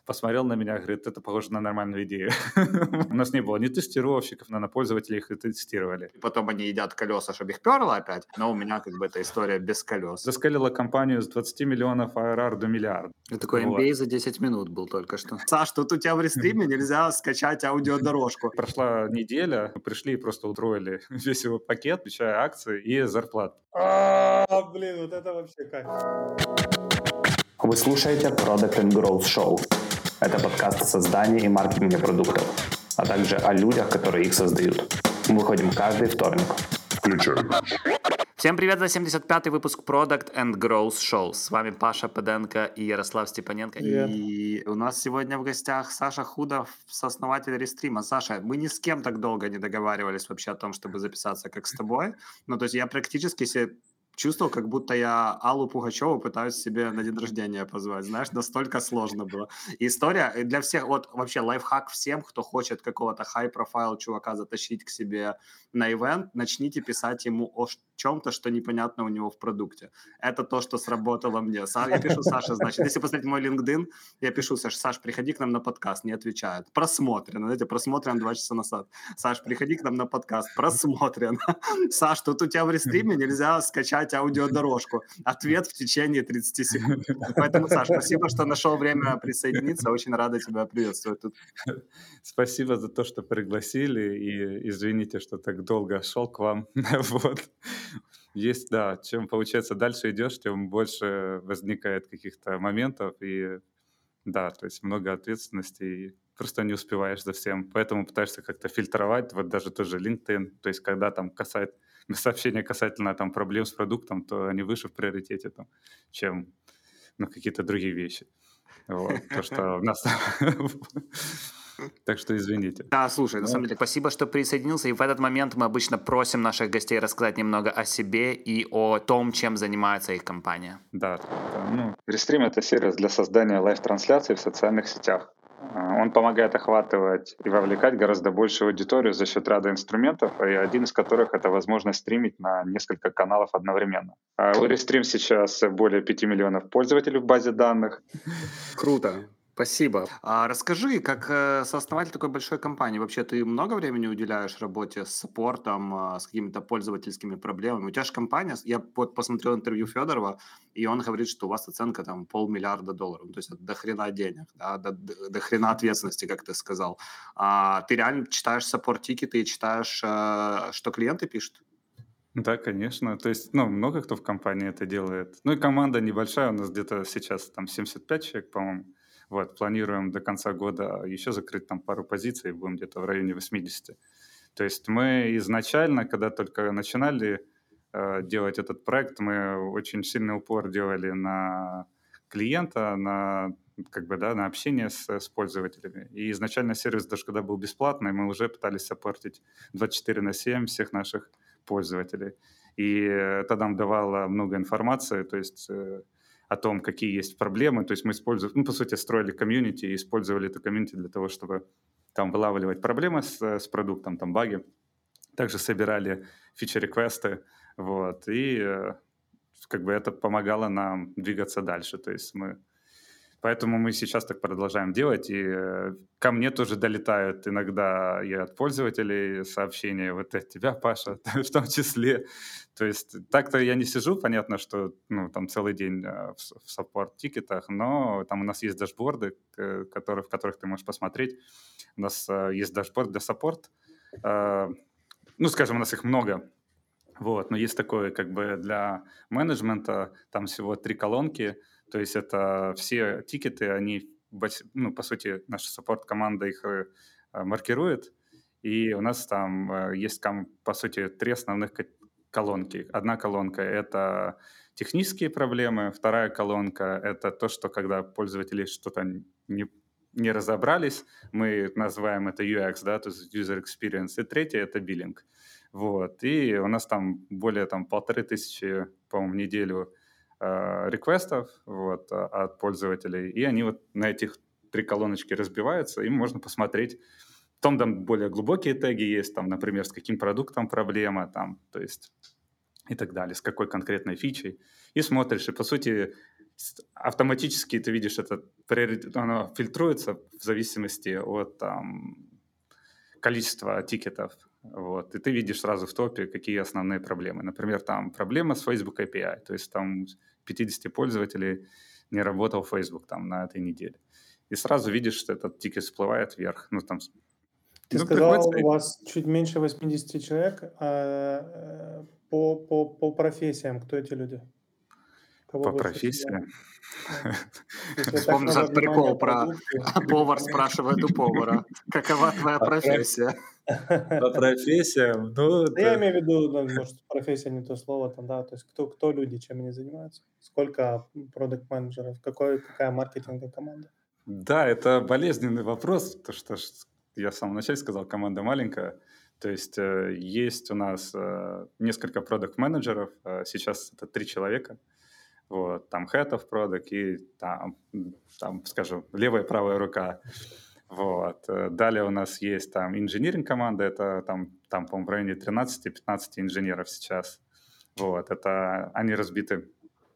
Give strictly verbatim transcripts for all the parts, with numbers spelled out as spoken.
посмотрел на меня, говорит, это похоже на нормальную идею. У нас не было ни тестировщиков, но на пользователей их и тестировали. И потом они едят колеса, чтобы их перло опять, но у меня как бы эта история без колес. Заскалила компанию с двадцати миллионов эй ар ар до миллиарда. Это такой эм Вот. би эй за десять минут был только что. Саш, тут у тебя в рестриме нельзя скачать аудиодорожку. Прошла неделя, мы пришли и просто утроили весь его пакет, включая акции и зарплату. А, блин, вот это вообще кайф. Вы слушаете Product and Growth Show. Это подкаст о создании и маркетинге продуктов, а также о людях, которые их создают. Мы выходим каждый вторник. Включаем. Всем привет за семьдесят пятый выпуск Product and Growth Show. С вами Паша Педенко и Ярослав Степаненко. Привет. И у нас сегодня в гостях Саша Худов, сооснователь Рестрима. Саша, мы ни с кем так долго не договаривались вообще о том, чтобы записаться, как с тобой. Ну, то есть я практически себе чувствовал, как будто я Аллу Пугачеву пытаюсь себе на день рождения позвать. Знаешь, настолько сложно было. И история для всех, вот вообще лайфхак всем, кто хочет какого-то high-profile чувака затащить к себе на ивент, начните писать ему о чем-то, что непонятно у него в продукте. Это то, что сработало мне. Са- Я пишу Саше, значит, если посмотреть мой LinkedIn, я пишу, Саш, Саш, приходи к нам на подкаст, не отвечает. Просмотрено, знаете, просмотрено два часа назад. Саш, приходи к нам на подкаст, просмотрено. Саш, тут у тебя в рестриме нельзя скачать аудиодорожку. Ответ в течение тридцати секунд. Поэтому, Саш, спасибо, что нашел время присоединиться. Очень рада тебя приветствовать тут. Спасибо за то, что пригласили, и извините, что так долго шел к вам. Вот. Есть, да, чем, получается, дальше идешь, тем больше возникает каких-то моментов, и да, то есть много ответственности, и просто не успеваешь за всем. Поэтому пытаешься как-то фильтровать, вот даже тоже LinkedIn, то есть когда там касает, сообщения касательно там проблем с продуктом, то они выше в приоритете, там, чем ну, какие-то другие вещи. Вот, то, что у нас... Так что извините. Да, слушай, на Ну, самом деле, спасибо, что присоединился. И в этот момент мы обычно просим наших гостей рассказать немного о себе и о том, чем занимается их компания. Да, это, ну, Restream — это сервис для создания лайв-трансляций в социальных сетях. А, Он помогает охватывать и вовлекать гораздо большую аудиторию за счет ряда инструментов, и один из которых — это возможность стримить на несколько каналов одновременно. А У Restream сейчас более пяти миллионов пользователей в базе данных. Круто. Спасибо. А расскажи, как э, сооснователь такой большой компании, вообще ты много времени уделяешь работе с саппортом, а, с какими-то пользовательскими проблемами? У тебя же компания, я вот посмотрел интервью Федорова, и он говорит, что у вас оценка там полмиллиарда долларов, ну, то есть это до хрена денег, да, до, до- до хрена ответственности, как ты сказал. А ты реально читаешь саппорт-тикеты и читаешь, э, что клиенты пишут? Да, конечно. То есть, ну, много кто в компании это делает. Ну и команда небольшая, у нас где-то сейчас там семьдесят пять человек, по-моему. Вот, планируем до конца года еще закрыть там пару позиций, будем где-то в районе восьмидесяти. То есть мы изначально, когда только начинали э, делать этот проект, мы очень сильный упор делали на клиента, на как бы, да, на общение с, с пользователями. И изначально сервис, даже когда был бесплатный, мы уже пытались саппортить двадцать четыре на семь всех наших пользователей. И это нам давало много информации, то есть э, о том, какие есть проблемы. То есть мы использовали, ну, по сути, строили комьюнити и использовали это комьюнити для того, чтобы там вылавливать проблемы с, с продуктом, там баги. Также собирали фичи-реквесты, вот, и э, как бы это помогало нам двигаться дальше. То есть мы Поэтому мы сейчас так продолжаем делать, и э, ко мне тоже долетают иногда и от пользователей сообщения, вот от тебя, Паша, в том числе. То есть так-то я не сижу, понятно, что ну, там целый день э, в, с- в саппорт-тикетах, но там у нас есть дашборды, к- которые, в которых ты можешь посмотреть. У нас э, есть дашборд для саппорт. Э, ну, скажем, у нас их много, вот, но есть такое как бы для менеджмента, там всего три колонки, то есть это все тикеты, они, бas- ну, по сути, наша саппорт-команда их э, э, маркирует, и у нас там э, есть, ком- по сути, три основных ко- колонки. Одна колонка — это технические проблемы, вторая колонка — это то, что когда пользователи что-то не, не разобрались, мы называем это ю экс, да, то есть user experience, и третья — это биллинг. Вот. И у нас там более там, полторы тысячи, по-моему, в неделю э, реквестов вот, а- от пользователей. И они вот на этих три колоночки разбиваются, и можно посмотреть. Потом там более глубокие теги есть, там, например, с каким продуктом проблема, там, то есть и так далее, с какой конкретной фичей. И смотришь, и по сути с- автоматически ты видишь это, приоритет, оно фильтруется в зависимости от там, количества тикетов. Вот, и ты видишь сразу в топе, какие основные проблемы. Например, там проблема с Facebook эй пи ай, то есть там пятьдесят пользователей не работал Facebook там на этой неделе. И сразу видишь, что этот тикет всплывает вверх. Ну, там, Ты ну, сказал, приходится... у вас чуть меньше восемьдесят человек. А э, по, по, по профессиям кто эти люди? Кого По больше всего? профессии. Да. Если так Вспомнил много этот внимания прикол про продукту, повар спрашивает у повара, какова твоя По проф- профессия? по профессиям, ну, Да я это... имею в виду, ну, может, профессия не то слово, там, да, то есть кто, кто люди, чем они занимаются, сколько продакт-менеджеров, какой, какая маркетинговая команда. Да, это болезненный вопрос, то что ж я в самом начале сказал, команда маленькая. То есть э, есть у нас э, несколько продакт-менеджеров, э, сейчас это три человека. Вот, там head of product и там, м, там, скажем, левая и правая рука. Вот. э, Далее у нас есть там инжиниринг команда, это там, там по-моему, в районе тринадцати-пятнадцати инженеров сейчас. Вот, это они разбиты,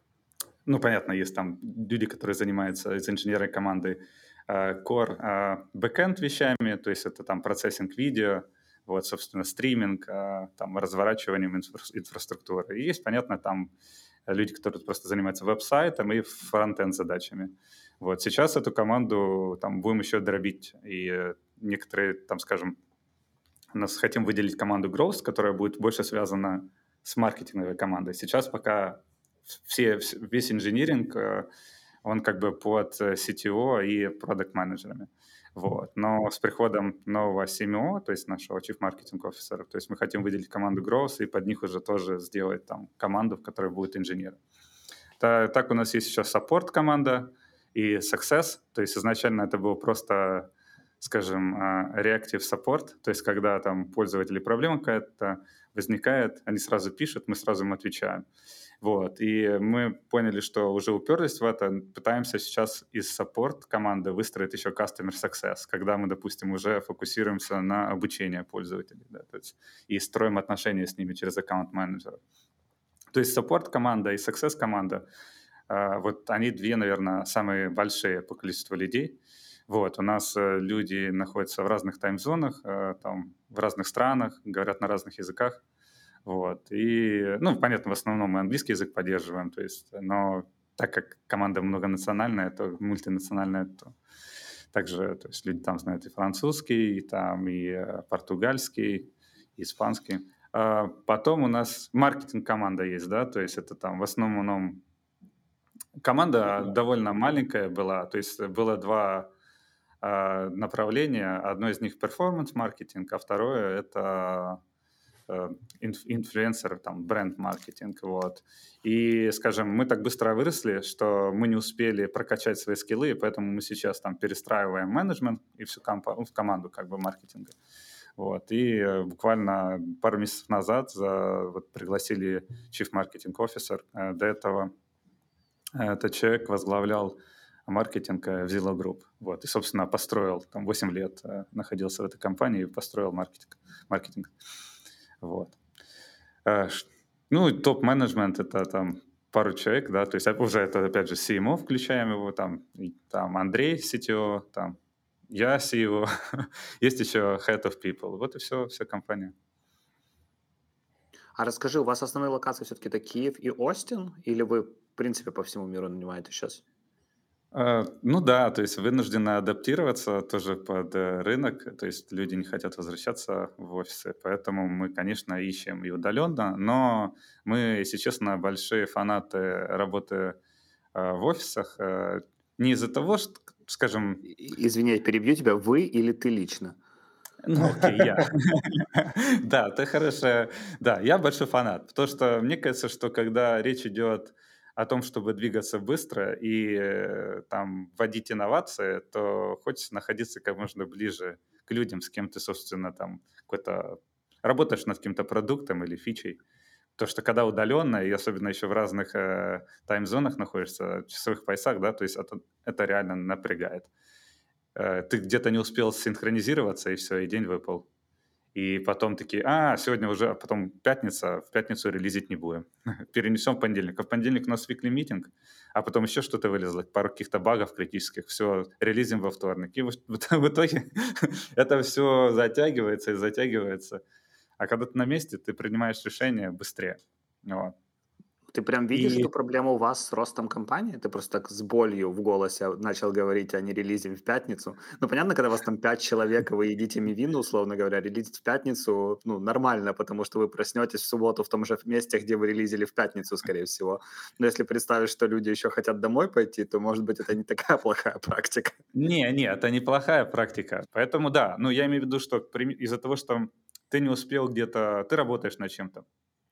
ну, понятно, есть там люди, которые занимаются из инженерной команды э, core э, backend вещами, то есть это там процессинг видео, вот, собственно, стриминг, э, там, разворачиванием инфра- инфраструктуры. И есть, понятно, там люди, которые просто занимаются веб-сайтом и фронт-энд задачами. Вот, сейчас эту команду там будем еще дробить, и э, некоторые, там, скажем, у нас хотим выделить команду Growth, которая будет больше связана с маркетинговой командой. Сейчас пока все, вс- весь инжиниринг, э, он как бы под э, си ти о и продакт-менеджерами. Вот. Но с приходом нового си эм о, то есть нашего Chief Marketing Officer, то есть мы хотим выделить команду Growth и под них уже тоже сделать там команду, в которой будут инженеры. Та- Так у нас есть сейчас Support команда и Success, то есть изначально это было просто, скажем, а, reactive support, то есть когда там пользователи проблема какая-то возникает, они сразу пишут, мы сразу им отвечаем. Вот, и мы поняли, что уже уперлись в это, пытаемся сейчас из support команды выстроить еще customer success, когда мы, допустим, уже фокусируемся на обучении пользователей, да, то есть и строим отношения с ними через аккаунт-менеджера. То есть support команда и success команда, а, вот они две, наверное, самые большие по количеству людей. Вот, у нас э, люди находятся в разных таймзонах, э, там, в разных странах, говорят на разных языках. Вот, и, ну, понятно, в основном мы английский язык поддерживаем, то есть, но так как команда многонациональная, то мультинациональная, то также, то есть люди там знают и французский, и там и э, португальский, и испанский. А потом у нас маркетинг-команда есть, да, то есть это там в основном команда довольно маленькая была, то есть было два а, направления. Одно из них перформанс-маркетинг, а второе это э, инф- инфлюенсер, там, бренд-маркетинг, вот. И, скажем, мы так быстро выросли, что мы не успели прокачать свои скиллы, и поэтому мы сейчас там перестраиваем менеджмент и всю компа- ну, в команду как бы маркетинга. Вот. И э, буквально пару месяцев назад за, вот, пригласили Chief Marketing Officer. Э, До этого этот человек возглавлял маркетинг э, в Zillow Group. Вот. И, собственно, построил, там, восемь лет э, находился в этой компании и построил маркетинг. маркетинг. Вот. Э, ш- Ну, и топ-менеджмент — это там пару человек, да, то есть уже это, опять же, си эм о, включаем его, там, и там Андрей, си ти о, там, я си и о, есть еще Head of People. Вот и все, вся компания. А расскажи, у вас основные локации все-таки это Киев и Остин, или вы, в принципе, по всему миру нанимаете сейчас? Э, Ну да, то есть вынуждены адаптироваться тоже под э, рынок, то есть люди не хотят возвращаться в офисы, поэтому мы, конечно, ищем и удаленно, но мы, если честно, большие фанаты работы э, в офисах, э, не из-за того, что, скажем, И- Извини, я перебью тебя. Вы или ты лично? ну окей, я. Да, ты хорошая. Да, я большой фанат, потому что мне кажется, что когда речь идет о том, чтобы двигаться быстро и э, там вводить инновации, то хочется находиться как можно ближе к людям, с кем ты, собственно, там какой-то работаешь над каким-то продуктом или фичей. То, что когда удаленно, и особенно еще в разных э, таймзонах находишься, часовых поясах, да, то есть это, это реально напрягает. Э, ты где-то не успел синхронизироваться, и все, и день выпал. И потом такие, а, сегодня уже, а потом пятница, в пятницу релизить не будем. Перенесем в понедельник. А в понедельник у нас weekly митинг, а потом еще что-то вылезло, пару каких-то багов критических, все, релизим во вторник. И в, в итоге это все затягивается и затягивается. А когда ты на месте, ты принимаешь решение быстрее. Вот. Ты прям видишь И эту проблему у вас с ростом компании? Ты просто так с болью в голосе начал говорить о нерелизе в пятницу. Ну, понятно, когда вас там пять человек, и вы едите мивину, условно говоря, релизить в пятницу, ну, нормально, потому что вы проснетесь в субботу в том же месте, где вы релизили в пятницу, скорее всего. Но если представить, что люди еще хотят домой пойти, то, может быть, это не такая плохая практика. Не, не, это неплохая практика. Поэтому да, ну я имею в виду, что прим- из-за того, что ты не успел где-то, ты работаешь над чем-то,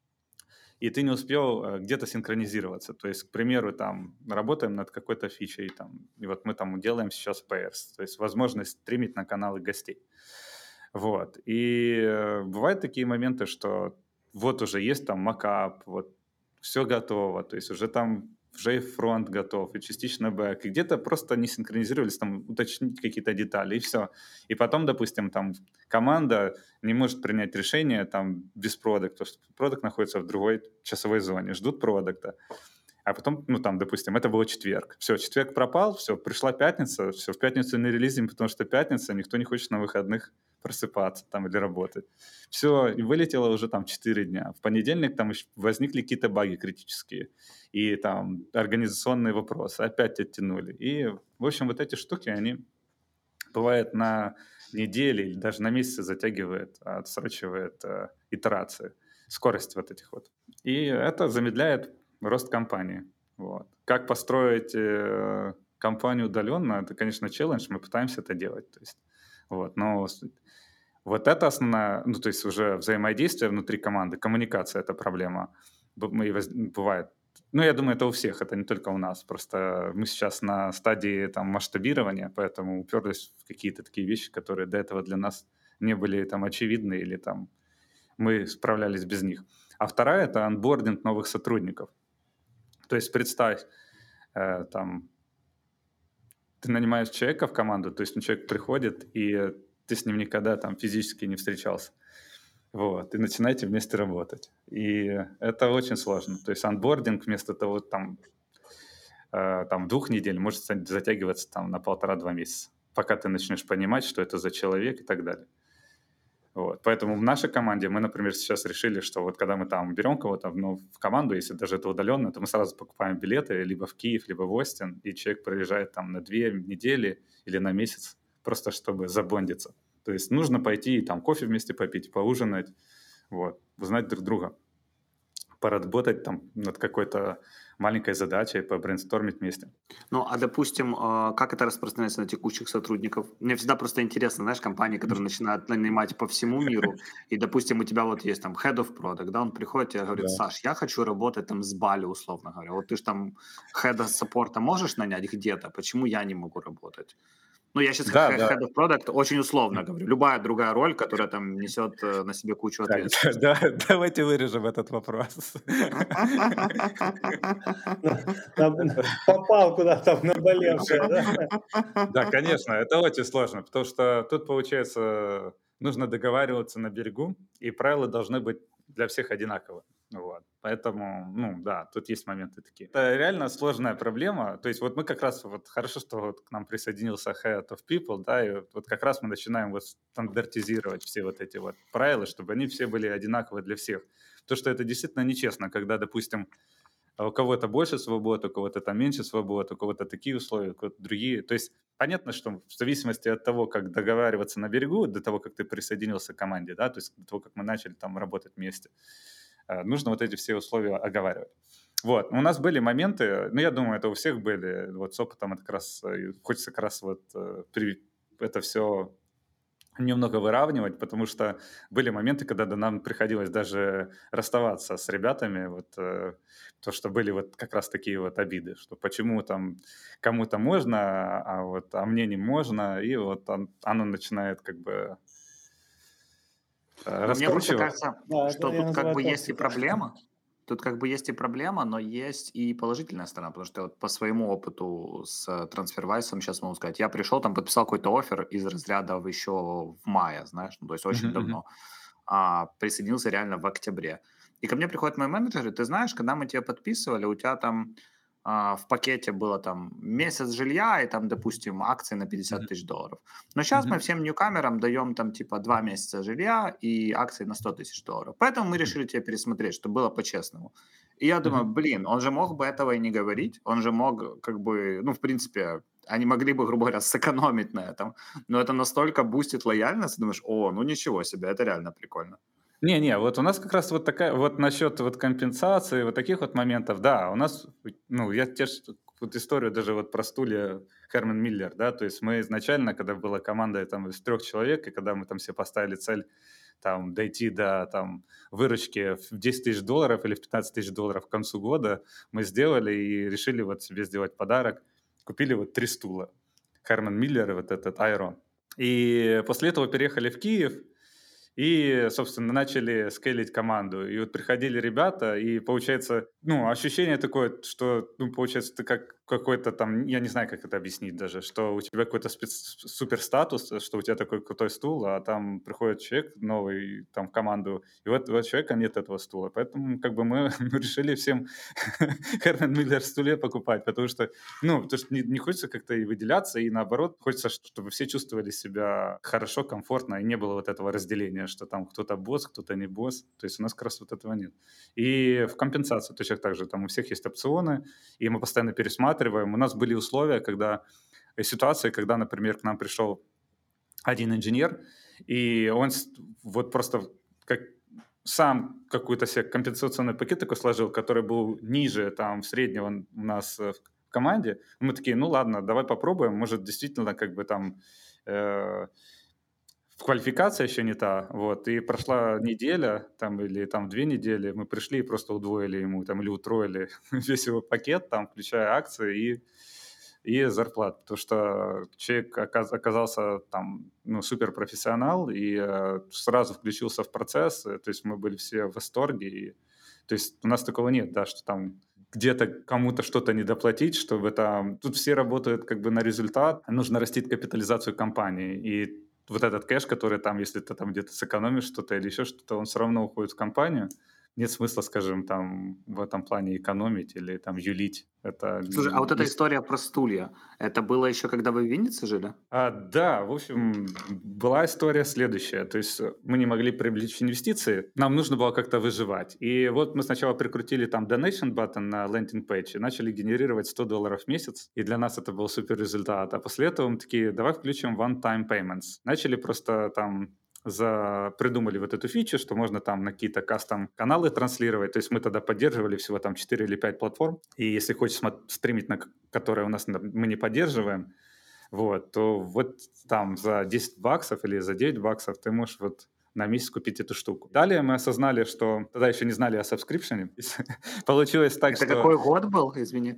и ты не успел э, где-то синхронизироваться. То есть, к примеру, там работаем над какой-то фичей, там, и вот мы там делаем сейчас пи эй ар эс, то есть возможность стримить на каналы гостей. Вот. И э, бывают такие моменты, что вот уже есть там макап, вот все готово, то есть уже там уже и фронт готов, и частично бэк, и где-то просто не синхронизировались, там уточнить какие-то детали, и все. И потом, допустим, там команда не может принять решение там без продукта, потому что продукт находится в другой часовой зоне, ждут продукта. А потом, ну там, допустим, это был четверг. Все, четверг пропал, все, пришла пятница, все, в пятницу не релизим, потому что пятница, никто не хочет на выходных просыпаться там или работать. Все, и вылетело уже там четыре дня. В понедельник там еще возникли какие-то баги критические, и там организационные вопросы опять оттянули. И, в общем, вот эти штуки, они бывает на недели или даже на месяцы затягивает, отсрочивает э, итерации, скорость вот этих вот. И это замедляет рост компании. Вот. Как построить э, компанию удаленно, это, конечно, челлендж, мы пытаемся это делать. То есть, вот, но с- вот это основная, ну, то есть уже взаимодействие внутри команды, коммуникация — это проблема. Б- мы воз- Бывает. Ну, я думаю, это у всех, это не только у нас. Просто мы сейчас на стадии там масштабирования, поэтому уперлись в какие-то такие вещи, которые до этого для нас не были там очевидны или там мы справлялись без них. А вторая — это анбординг новых сотрудников. То есть представь, э, там, ты нанимаешь человека в команду, то есть человек приходит, и ты с ним никогда там физически не встречался. Вот, и начинаете вместе работать. И это очень сложно. То есть анбординг вместо того, там, э, там двух недель может затягиваться там на полтора-два месяца, пока ты начнешь понимать, что это за человек и так далее. Вот. Поэтому в нашей команде мы, например, сейчас решили, что вот когда мы там берем кого-то ну, в команду, если даже это удаленно, то мы сразу покупаем билеты либо в Киев, либо в Остин, и человек приезжает там на две недели или на месяц, просто чтобы забондиться. То есть нужно пойти и там кофе вместе попить, поужинать, вот, узнать друг друга, поработать там над какой-то маленькой задачей, побрейнстормить вместе. Ну, а допустим, а, как это распространяется на текущих сотрудников? Мне всегда просто интересно, знаешь, компании, которые начинают нанимать по всему миру, и, допустим, у тебя вот есть там head of product, да, он приходит и говорит: Да. Саш, я хочу работать там с Бали, условно говоря. Вот ты же там head of саппорта можешь нанять где-то, почему я не могу работать? Ну, я сейчас Да, да. head of product очень условно говорю. Любая другая роль, которая там несет э, на себе кучу Так, ответственности. да, давайте вырежем этот вопрос. На- на- Попал куда-то в наболевшее, да? Да, конечно, это очень сложно, потому что тут, получается, нужно договариваться на берегу, и правила должны быть для всех одинаковы. Вот. Поэтому, ну да, тут есть моменты такие. Это реально сложная проблема. То есть вот мы как раз, вот хорошо, что вот к нам присоединился Head of People, да, и вот, вот как раз мы начинаем вот стандартизировать все вот эти вот правила, чтобы они все были одинаковы для всех. Потому что это действительно нечестно, когда, допустим, а у кого-то больше свобод, у кого-то там меньше свобод, у кого-то такие условия, у кого-то другие. То есть понятно, что в зависимости от того, как договариваться на берегу, до того, как ты присоединился к команде, да, то есть до того, как мы начали там работать вместе, э, нужно вот эти все условия оговаривать. Вот, у нас были моменты, ну, я думаю, это у всех были, вот с опытом это как раз, э, хочется как раз вот э, при- это все немного выравнивать, потому что были моменты, когда да, нам приходилось даже расставаться с ребятами, вот, э, то, что были вот как раз такие вот обиды, что почему там кому-то можно, а вот а мне не можно, и вот он- оно начинает как бы э, Но мне просто раскручиваться. кажется, Да, это что я тут как называю бы есть и токсикой. проблема. Тут как бы есть и проблема, но есть и положительная сторона, потому что вот по своему опыту с э, TransferWise сейчас могу сказать, я пришел, там подписал какой-то оффер из разряда еще в мае, знаешь, ну, то есть очень Мгм, мгм. давно, а присоединился реально в октябре. И ко мне приходит мой менеджер, и ты знаешь, когда мы тебя подписывали, у тебя там а, в пакете было там месяц жилья и там, допустим, акции на пятьдесят Мгм. тысяч долларов. Но сейчас мы Мгм. всем ньюкамерам даем там типа два месяца жилья и акции на сто тысяч долларов. Поэтому мы Мгм. решили тебе пересмотреть, чтобы было по-честному. И я думаю, Мгм. блин, он же мог бы этого и не говорить, он же мог как бы, ну, в принципе, они могли бы, грубо говоря, сэкономить на этом, но это настолько бустит лояльность, ты думаешь, о, ну ничего себе, это реально прикольно. Не-не, вот у нас как раз вот такая вот насчет вот компенсации, вот таких вот моментов, да, у нас, ну, я тебе ж вот историю даже вот про стулья Херман Миллер, да, то есть мы изначально, когда была команда там из трех человек, и когда мы там себе поставили цель там дойти до там выручки в десять тысяч долларов или в пятнадцать тысяч долларов к концу года, мы сделали и решили вот себе сделать подарок, купили вот три стула, Херман Миллер и вот этот Айрон. И после этого переехали в Киев, и, собственно, начали скейлить команду. И вот приходили ребята, и получается, ну, ощущение такое, что, ну, получается, ты как какой-то там, я не знаю, как это объяснить даже, что у тебя какой-то спец- супер статус, что у тебя такой крутой стул, а там приходит человек новый там в команду, и вот у этого человека нет этого стула. Поэтому как бы мы решили всем Херман Миллер стуле покупать, потому что, ну, потому что не, не хочется как-то и выделяться, и наоборот, хочется, чтобы все чувствовали себя хорошо, комфортно, и не было вот этого разделения, что там кто-то босс, кто-то не босс. То есть у нас как раз вот этого нет. И в компенсацию точно так же, там у всех есть опционы, и мы постоянно пересматриваем. У нас были условия, когда, э, ситуации, когда, например, к нам пришел один инженер, и он с- вот просто как сам какой-то себе компенсационный пакет такой сложил, который был ниже там среднего у нас э, в команде. Мы такие, ну ладно, давай попробуем, может действительно как бы там э, квалификация еще не та, вот, и прошла неделя там или там две недели, мы пришли и просто удвоили ему там или утроили весь его пакет, там, включая акции и и зарплат, потому что человек оказ- оказался там, ну, суперпрофессионал и э, сразу включился в процесс, э, то есть мы были все в восторге, и, то есть у нас такого нет, да, что там где-то кому-то что-то недоплатить, чтобы там... Тут все работают как бы на результат, нужно растить капитализацию компании, и вот этот кэш, который там, если ты там где-то сэкономишь что-то или еще что-то, он все равно уходит в компанию. Нет смысла, скажем, там в этом плане экономить или там юлить. Это Слушай, а вот эта не... история про стулья, это было еще когда вы в Виннице жили? А, да, в общем, была история следующая. То есть э, мы не могли привлечь инвестиции, нам нужно было как-то выживать. И вот мы сначала прикрутили там donation button на landing page и начали генерировать сто долларов в месяц. И для нас это был супер результат. А после этого мы такие, давай включим one-time payments. Начали просто там за... придумали вот эту фичу, что можно там на какие-то кастом-каналы транслировать. То есть мы тогда поддерживали всего там четыре или пять платформ. И если хочешь смо- стримить, на к- которые у нас на- мы не поддерживаем, вот, то вот там за десять баксов или за девять баксов ты можешь вот на месяц купить эту штуку. Далее мы осознали, что тогда еще не знали о сабскрипшене. Получилось так, Это что какой год был, извини?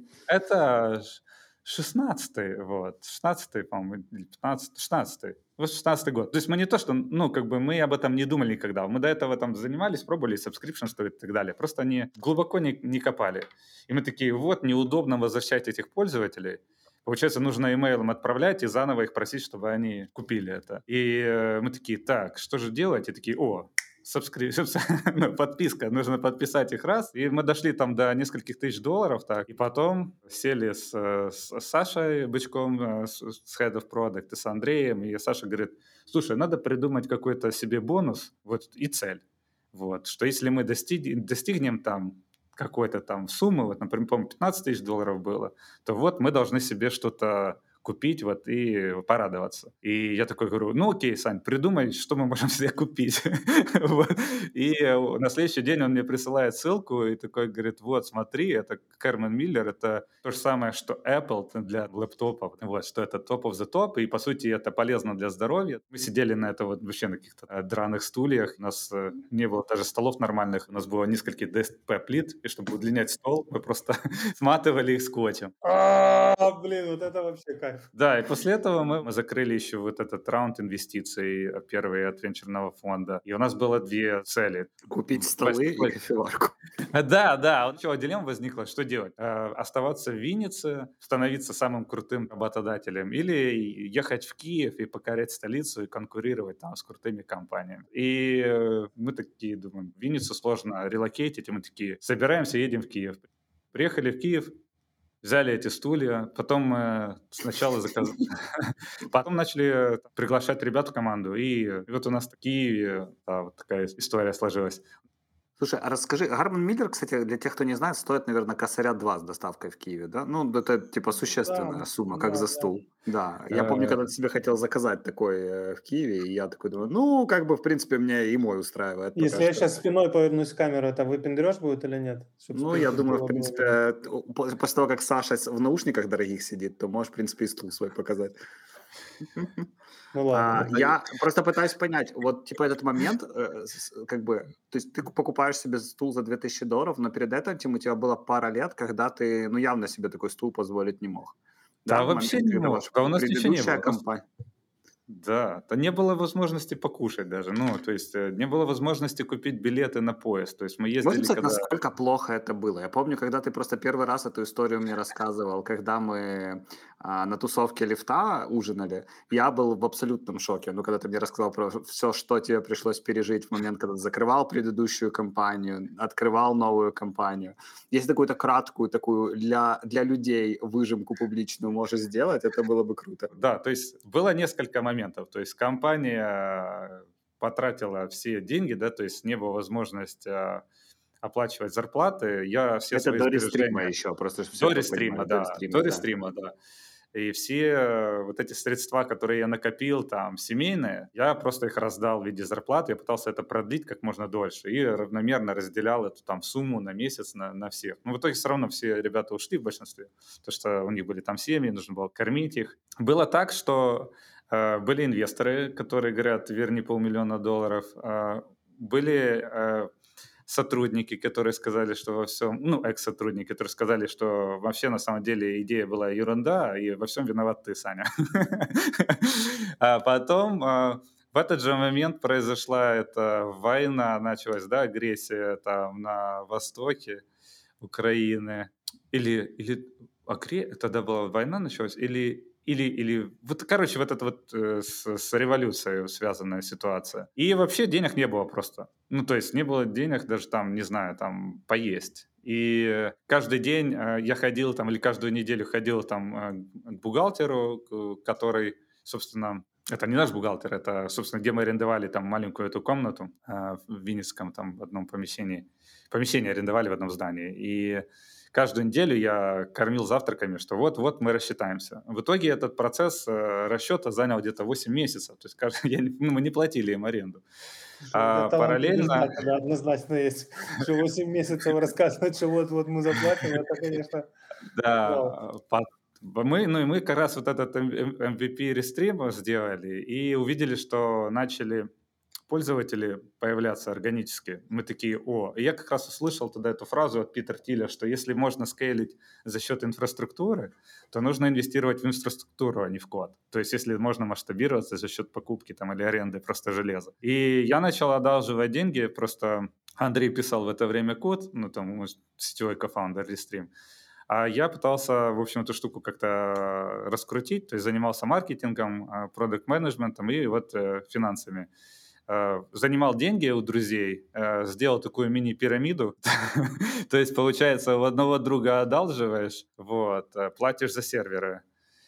это ш- шестнадцатый, вот, шестнадцатый, по-моему, или пятнадцатый, шестнадцатый. Вот шестнадцатый год. То есть мы не то, что, ну, как бы мы об этом не думали никогда. Мы до этого там занимались, пробовали subscription, что и так далее. Просто они глубоко не, не копали. И мы такие, вот, неудобно возвращать этих пользователей. Получается, нужно имейлом отправлять и заново их просить, чтобы они купили это. И э, мы такие, так, что же делать? И такие, о, subscription, ну, подписка, нужно подписать их раз. И мы дошли там до нескольких тысяч долларов, так. И потом сели с, э, с Сашей Бычком, э, с, с Head of Product, и с Андреем, и Саша говорит, слушай, надо придумать какой-то себе бонус, вот, и цель. Вот, что если мы достиг, достигнем там какой-то там суммы, вот, например, по-моему, пятнадцать тысяч долларов было, то вот мы должны себе что-то купить вот и порадоваться. И я такой говорю, ну окей, Сань, придумай, что мы можем себе купить. Вот. И э, на следующий день он мне присылает ссылку и такой говорит, вот смотри, это Херман Миллер, это то же самое, что Apple для лэптопов, вот, что это top of the top, и по сути это полезно для здоровья. Мы сидели на это вот вообще на каких-то э, драных стульях, у нас э, не было даже столов нормальных, у нас было несколько ди эс пи-плит, и чтобы удлинять стол, мы просто сматывали их скотчем. А, блин, вот это вообще кайф. кайф. Да, и после этого мы, мы закрыли еще вот этот раунд инвестиций, э, первый от венчурного фонда. И у нас было две цели. Купить М, столы и построить- кофеварку. А, Да, да. Вот еще дилемма возникла, что делать? Э, Оставаться в Виннице, становиться самым крутым работодателем или ехать в Киев и покорять столицу и конкурировать там с крутыми компаниями. И э, мы такие думаем, в Винницу сложно релокейтить, и мы такие, собираемся, едем в Киев. Приехали в Киев, взяли эти стулья, потом э, сначала заказ... Потом начали э, приглашать ребят в команду, и вот у нас в Киеве да, вот такая история сложилась. Слушай, а расскажи, Гарман Миллер, кстати, для тех, кто не знает, стоит, наверное, косаря два с доставкой в Киеве, да? Ну, это типа Да, существенная сумма, как да, за да. стул. Да, я помню, Э, когда себе хотел заказать такой э, в Киеве, и я такой думаю, ну, как бы, в принципе, меня и мой устраивает пока Если я что. сейчас спиной повернусь в камеру, это выпендрёж будет или нет? Чтоб Ну, я спинку думаю, в было было принципе, видно. э, о- по- после того, как Саша с- в наушниках дорогих сидит, то можешь, в принципе, и стул свой показать. Ну ладно. А, это я просто пытаюсь понять, вот, типа, этот момент, э, с- как бы, то есть ты покупаешь себе стул за две тысячи долларов, но перед этим у тебя была пара лет, когда ты, ну, явно себе такой стул позволить не мог. Да, Да, в вообще момент, не когда мог. ваша А у нас ничего не предыдущая было. У нас- компания... Да, да не было возможности покушать даже. Ну, то есть э, не было возможности купить билеты на поезд. То есть мы Можешь ездили, сказать, когда... насколько плохо это было? Я помню, когда ты просто первый раз эту историю мне рассказывал, когда мы а, на тусовке лифта ужинали, я был в абсолютном шоке. Ну, когда ты мне рассказал про все, что тебе пришлось пережить в момент, когда ты закрывал предыдущую компанию, открывал новую компанию. Если какую-то краткую такую для, для людей выжимку публичную можешь сделать, это было бы круто. Да, то есть было несколько моментов. То есть компания потратила все деньги, да, то есть не было возможности а, оплачивать зарплаты. Я все Это свои до рестрима сбережения... еще, просто чтобы все До кто рестрима, понимали, до да, рестрима, до да. рестрима, да. И все э, вот эти средства, которые я накопил там семейные, я просто их раздал в виде зарплаты, я пытался это продлить как можно дольше и равномерно разделял эту там сумму на месяц на, на всех. Но в итоге все равно все ребята ушли в большинстве, потому что у них были там семьи, нужно было кормить их. Было так, что э, были инвесторы, которые говорят, верни полмиллиона долларов, э, были... Э, сотрудники, которые сказали, что во всем, ну, экс-сотрудники, которые сказали, что вообще на самом деле идея была ерунда, и во всем виноват ты, Саня. А потом а, в этот же момент произошла эта война, началась, да, агрессия там на востоке Украины. Или, или агре- тогда была война началась, или или, или вот, короче, вот это вот э, с, с революцией связанная ситуация. И вообще денег не было просто. Ну, то есть не было денег даже там, не знаю, там поесть. И каждый день э, я ходил там, или каждую неделю ходил там э, к бухгалтеру, к- который, собственно, это не наш бухгалтер, это, собственно, где мы арендовали там маленькую эту комнату э, в Винницком там в одном помещении. Помещение арендовали в одном здании. И каждую неделю я кормил завтраками, что вот-вот мы рассчитаемся. В итоге этот процесс э, расчета занял где-то восемь месяцев. То есть каждый, я, не- ну, мы не платили им аренду. Это А талант параллельно, убеждать, да, однозначно есть. Что восемь месяцев рассказывать, что вот-вот мы заплатим, это, конечно, вау. да, по- мы, ну и мы как раз вот этот эм ви пи рестрим сделали и увидели, что начали пользователи появляться органически. Мы такие, о, и я как раз услышал тогда эту фразу от Питера Тиля, что если можно скейлить за счет инфраструктуры, то нужно инвестировать в инфраструктуру, а не в код. То есть если можно масштабироваться за счет покупки там, или аренды просто железа. И я начал одалживать деньги, просто Андрей писал в это время код, ну там мой сетевой кофаундер Restream, а я пытался, в общем, эту штуку как-то раскрутить, то есть занимался маркетингом, продакт-менеджментом и вот э, финансами. Э, занимал деньги у друзей, э, сделал такую мини-пирамиду. То есть, получается, у одного друга одалживаешь, вот, э, платишь за серверы,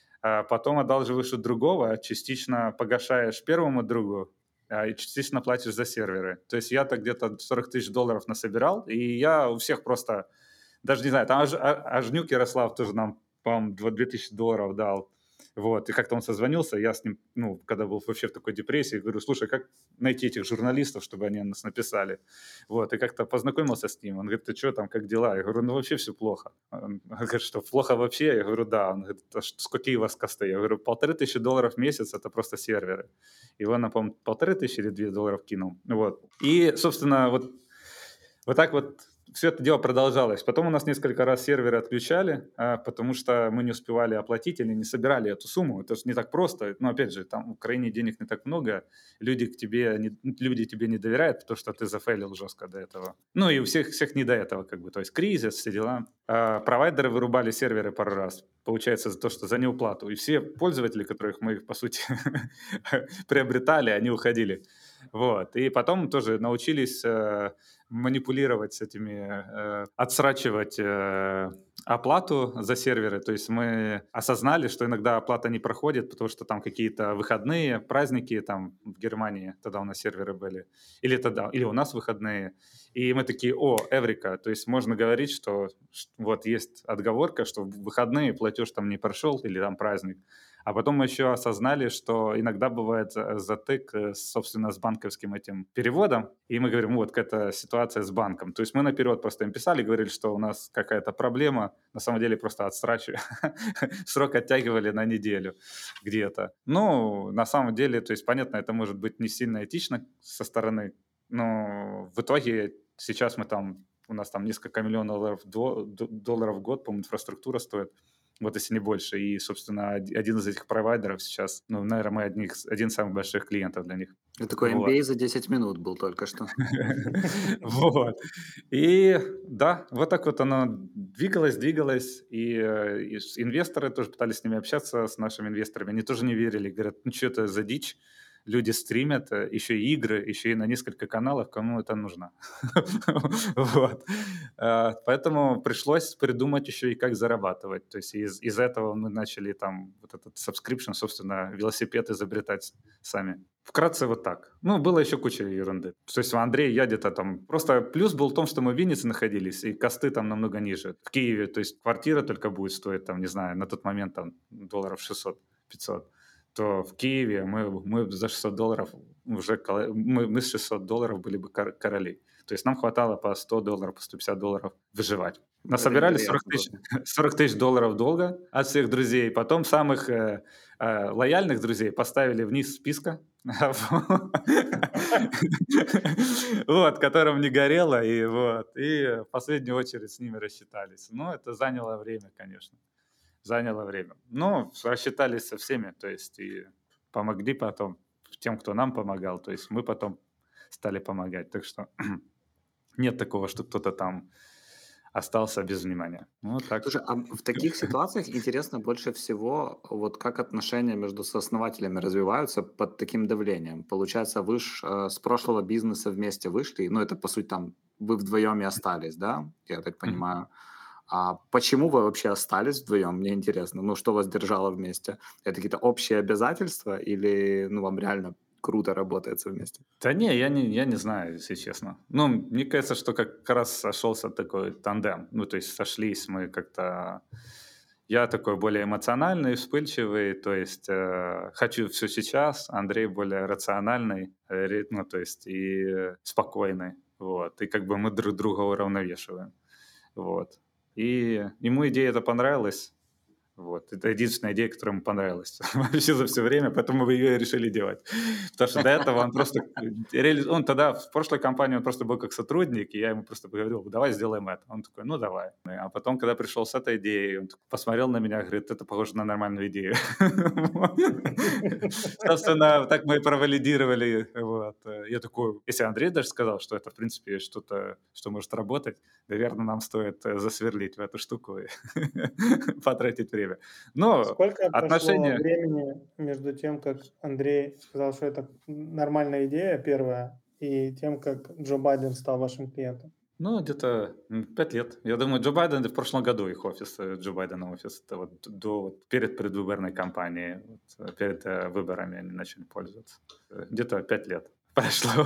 а потом одалживаешь у другого, частично погашаешь первому другу, а, и частично платишь за серверы. То есть я так где-то сорок тысяч долларов насобирал, и я у всех просто, даже не знаю, там аж, а- Ажнюк Ярослав тоже нам, по-моему, две тысячи долларов дал. Вот, и как-то он созвонился, я с ним, ну, когда был вообще в такой депрессии, говорю, слушай, как найти этих журналистов, чтобы они нас написали? Вот, и как-то познакомился с ним, он говорит, ты что там, как дела? Я говорю, ну, вообще все плохо. Он говорит, что плохо вообще? Я говорю, да. Он говорит, а что, какие у вас косты? Я говорю, полторы тысячи долларов в месяц, это просто серверы. И он, я помню, полторы тысячи или две долларов кинул. Вот. И, собственно, вот, вот так вот все это дело продолжалось. Потом у нас несколько раз серверы отключали, а, потому что мы не успевали оплатить или не собирали эту сумму. Это же не так просто. Но опять же, там в Украине денег не так много, люди к тебе не, люди тебе не доверяют, потому что ты зафейлил жестко до этого. Ну и у всех, всех не до этого, как бы. То есть кризис, все дела. А провайдеры вырубали серверы пару раз. Получается, за то, что за неуплату. И все пользователи, которых мы, по сути, приобретали, они уходили. Вот. И потом тоже научились э, манипулировать с этими, э, отсрачивать э, оплату за серверы. То есть мы осознали, что иногда оплата не проходит, потому что там какие-то выходные, праздники там в Германии, тогда у нас серверы были, или тогда, или у нас выходные. И мы такие, о, эврика, то есть можно говорить, что вот есть отговорка, что в выходные платеж там не прошел или там праздник. А потом мы еще осознали, что иногда бывает затык, собственно, с банковским этим переводом. И мы говорим, вот какая-то ситуация с банком. То есть мы наперед просто им писали, говорили, что у нас какая-то проблема. На самом деле просто отстрачивали. Срок оттягивали на неделю где-то. Ну, на самом деле, то есть, понятно, это может быть не сильно этично со стороны, но в итоге сейчас мы там, у нас там несколько миллионов долларов, долларов в год, по-моему, инфраструктура стоит. Вот если не больше. И, собственно, один из этих провайдеров сейчас, ну, наверное, мы одних, один из самых больших клиентов для них. Это такой Вот. эм би эй за десять минут был только что. Вот. И да, вот так вот оно двигалось, двигалось. И инвесторы тоже пытались с ними общаться, с нашими инвесторами. Они тоже не верили. Говорят, ну что это за дичь? Люди стримят, еще и игры, еще и на несколько каналов, кому это нужно. Вот. Поэтому пришлось придумать еще и как зарабатывать. То есть из, из этого мы начали там вот этот subscription, собственно, велосипед изобретать сами. Вкратце вот так. Ну, было еще куча ерунды. То есть у Андрея, я где-то там... Просто плюс был в том, что мы в Виннице находились, и косты там намного ниже. В Киеве, то есть квартира только будет стоить, там, не знаю, на тот момент там долларов шестьсот-пятьсот. То в Киеве мы, мы за шестьсот долларов уже... Мы, мы с шестьсот долларов были бы короли. То есть нам хватало по сто долларов, по сто пятьдесят долларов выживать. Насобирали сорок тысяч, сорок тысяч долларов долга от всех друзей. Потом самых э, э, лояльных друзей поставили вниз списка, вот, которым не горело. И вот, и в последнюю очередь с ними рассчитались. Но это заняло время, конечно. Заняло время. Но рассчитались со всеми, то есть и помогли потом тем, кто нам помогал. То есть мы потом стали помогать. Так что нет такого, что кто-то там остался без внимания. Вот так. Слушай, а в таких ситуациях интересно больше всего, вот как отношения между сооснователями развиваются под таким давлением. Получается, вы ж э, с прошлого бизнеса вместе вышли, ну это по сути там вы вдвоем и остались, да, я так понимаю. А почему вы вообще остались вдвоем? Мне интересно. Ну, что вас держало вместе? Это какие-то общие обязательства или ну, вам реально круто работается вместе? Да не, я не, я не знаю, если честно. Ну, мне кажется, что как раз сошелся такой тандем. Ну, то есть сошлись мы как-то... Я такой более эмоциональный, вспыльчивый, то есть э, хочу все сейчас. Андрей более рациональный, э, ну, то есть и э, спокойный. Вот. И как бы мы друг друга уравновешиваем. Вот. И ему идея эта понравилась. Вот. Это единственная идея, которая ему понравилась вообще за все время, поэтому мы ее и решили делать. Потому что до этого он просто... Он тогда в прошлой компании он просто был как сотрудник, и я ему просто говорил, давай сделаем это. Он такой, ну давай. А потом, когда пришел с этой идеей, он посмотрел на меня, говорит, это похоже на нормальную идею. Собственно, так мы и провалидировали. Я такой, если Андрей даже сказал, что это, в принципе, что-то, что может работать, наверное, нам стоит засверлить в эту штуку и потратить время. Но сколько отношения... прошло времени между тем, как Андрей сказал, что это нормальная идея первая, и тем, как Джо Байден стал вашим клиентом? Ну, где-то пять лет. Я думаю, Джо Байден, в прошлом году их офис, Джо Байдена офис, это вот до, вот, перед предвыборной кампанией, вот, перед э, выборами они начали пользоваться. Где-то пять лет прошло.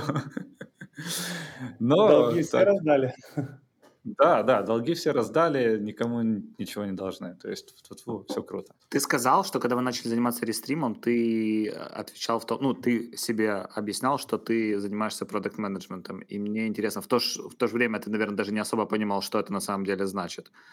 Но, долги все так, раздали? Да, да, долги все раздали, никому ничего не должны. То есть тут все круто. Ты сказал, что когда вы начали заниматься рестримом, ты отвечал в том, ну, ты себе объяснял, что ты занимаешься продакт-менеджментом. И мне интересно, в то, ж, в то же время ты, наверное, даже не особо понимал, что это на самом деле значит.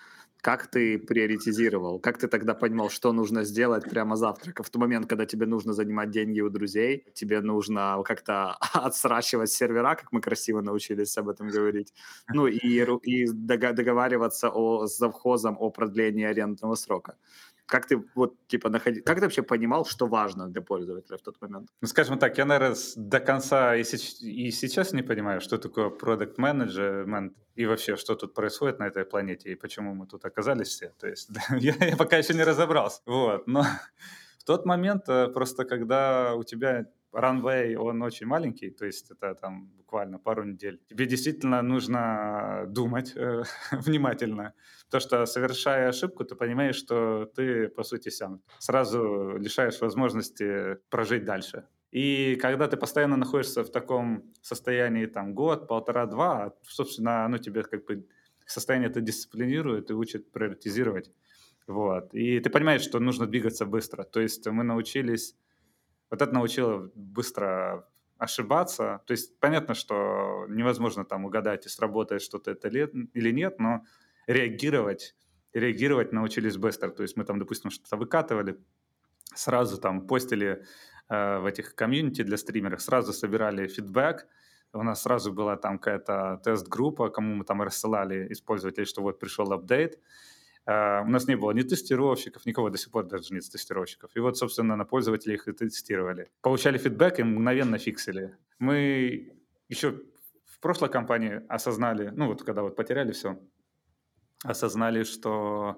Как ты приоритизировал? Как ты тогда понимал, что нужно сделать прямо завтра? В тот момент, когда тебе нужно занимать деньги у друзей, тебе нужно как-то отсрачивать сервера, как мы красиво научились об этом говорить, ну и, ру- и дога- договариваться о, с завхозом о продлении арендного срока. Как ты вот типа находил, как ты вообще понимал, что важно для пользователя в тот момент? Ну, скажем так, я, наверное, до конца и, сеч- и сейчас не понимаю, что такое продакт менеджмент и вообще, что тут происходит на этой планете и почему мы тут оказались все. То есть я, я пока еще не разобрался. Вот. Но в тот момент, э, просто когда у тебя runway, он очень маленький, то есть это там буквально пару недель, тебе действительно нужно думать э, внимательно. То, что совершая ошибку, ты понимаешь, что ты, по сути, сам сразу лишаешь возможности прожить дальше. И когда ты постоянно находишься в таком состоянии там год, полтора-два, собственно, оно тебе как бы состояние это дисциплинирует и учит приоритизировать. Вот. И ты понимаешь, что нужно двигаться быстро. То есть мы научились, вот это научило быстро ошибаться. То есть понятно, что невозможно там угадать, и сработает что-то это ли- или нет, но реагировать, реагировать научились быстро. То есть мы там, допустим, что-то выкатывали, сразу там постили э, в этих комьюнити для стримеров, сразу собирали фидбэк, у нас сразу была там какая-то тест-группа, кому мы там рассылали использователей, что вот пришел апдейт. Э, у нас не было ни тестировщиков, никого до сих пор даже нет тестировщиков. И вот, собственно, на пользователей их и тестировали. Получали фидбэк и мгновенно фиксили. Мы еще в прошлой компании осознали, ну вот когда вот потеряли все, осознали, что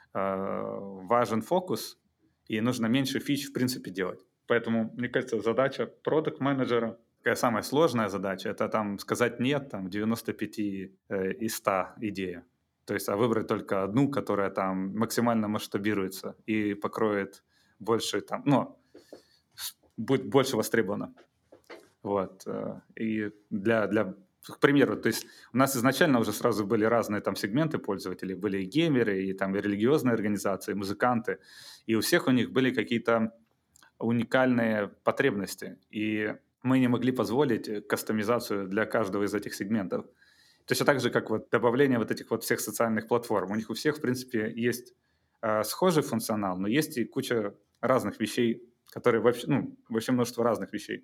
э, важен фокус, и нужно меньше фич в принципе делать. Поэтому, мне кажется, задача продакт-менеджера, такая самая сложная задача, это там сказать «нет» там, девяносто пять э, из ста идея. То есть, а выбрать только одну, которая там максимально масштабируется и покроет больше там, ну, с- будет больше востребована. Вот. э, И для, для, к примеру, то есть у нас изначально уже сразу были разные там сегменты пользователей, были и геймеры, и там и религиозные организации, и музыканты, и у всех у них были какие-то уникальные потребности, и мы не могли позволить э, кастомизацию для каждого из этих сегментов. Точно так же, как вот добавление вот этих вот всех социальных платформ. У них у всех, в принципе, есть э, схожий функционал, но есть и куча разных вещей, которые вообще, ну, вообще множество разных вещей.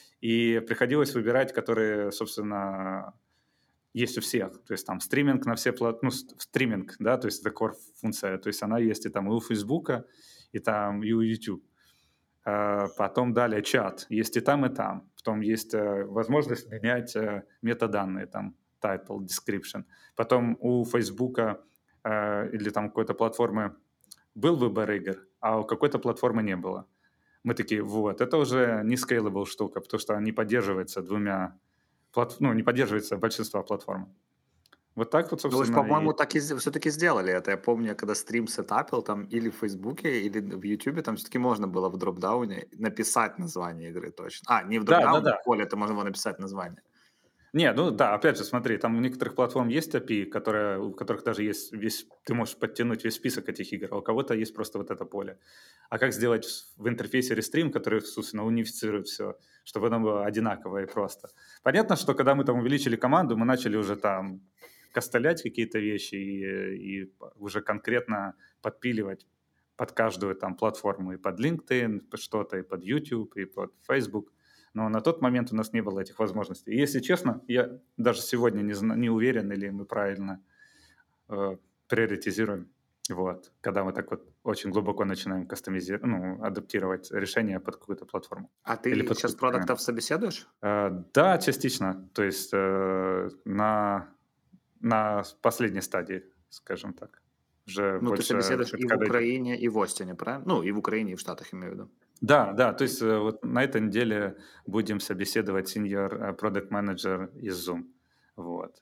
И приходилось выбирать, которые, собственно, есть у всех. То есть там стриминг на все плат... ну, ст- стриминг, да, то есть это core функция. То есть она есть и там и у Фейсбука, и там и у YouTube. А, Потом далее чат. Есть и там, и там. Потом есть э, возможность менять э, метаданные, там, title, description. Потом у Фейсбука э, или там какой-то платформы был выбор игр, а у какой-то платформы не было. Мы такие, вот, это уже не scalable штука, потому что не поддерживается двумя, плат... ну, не поддерживается большинство платформ. Вот так вот, Ну, вы же, собственно, и... по-моему, так и все-таки сделали это. Я помню, я когда стрим сетапил там или в Фейсбуке, или в Ютубе, там все-таки можно было в дропдауне написать название игры точно. А, не в Да, да, дропдауне, да. в поле это можно было написать название. Не, ну да, опять же, смотри, там у некоторых платформ есть эй пи ай, которые, у которых даже есть весь, ты можешь подтянуть весь список этих игр, а у кого-то есть просто вот это поле. А как сделать в в интерфейсе Restream, который, собственно, унифицирует все, чтобы оно было одинаковое и просто? Понятно, что когда мы там увеличили команду, мы начали уже там костылять какие-то вещи и, и уже конкретно подпиливать под каждую там платформу, и под LinkedIn под что-то, и под YouTube, и под Facebook. Но на тот момент у нас не было этих возможностей. И если честно, я даже сегодня не, зна- не уверен, или мы правильно э, приоритизируем. Вот, когда мы так вот очень глубоко начинаем кастомизировать, ну, адаптировать решение под какую-то платформу А или ты под сейчас какой-то сегмент. продуктов собеседуешь? Э, да, частично. То есть э, на, на последней стадии, скажем так. Уже Ну, ты больше... собеседуешь это и в когда идет- Украине, и в Остине, правильно? Ну, и в Украине, и в Штатах, имею в виду. Да, да, то есть э, вот на этой неделе будем собеседовать senior э, product manager из Zoom. Вот.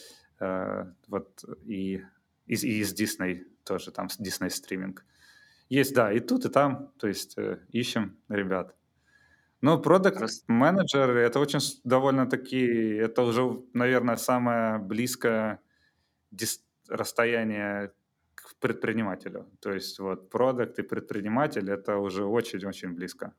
Э, вот и из, и из Disney тоже, там с Disney стриминг. Есть, да, и тут, и там, то есть э, ищем ребят. Но продакт Рас- менеджер это очень с- довольно-таки, это уже, наверное, самое близкое дис- расстояние к предпринимателю. То есть вот продакт и предприниматель это уже очень-очень близко.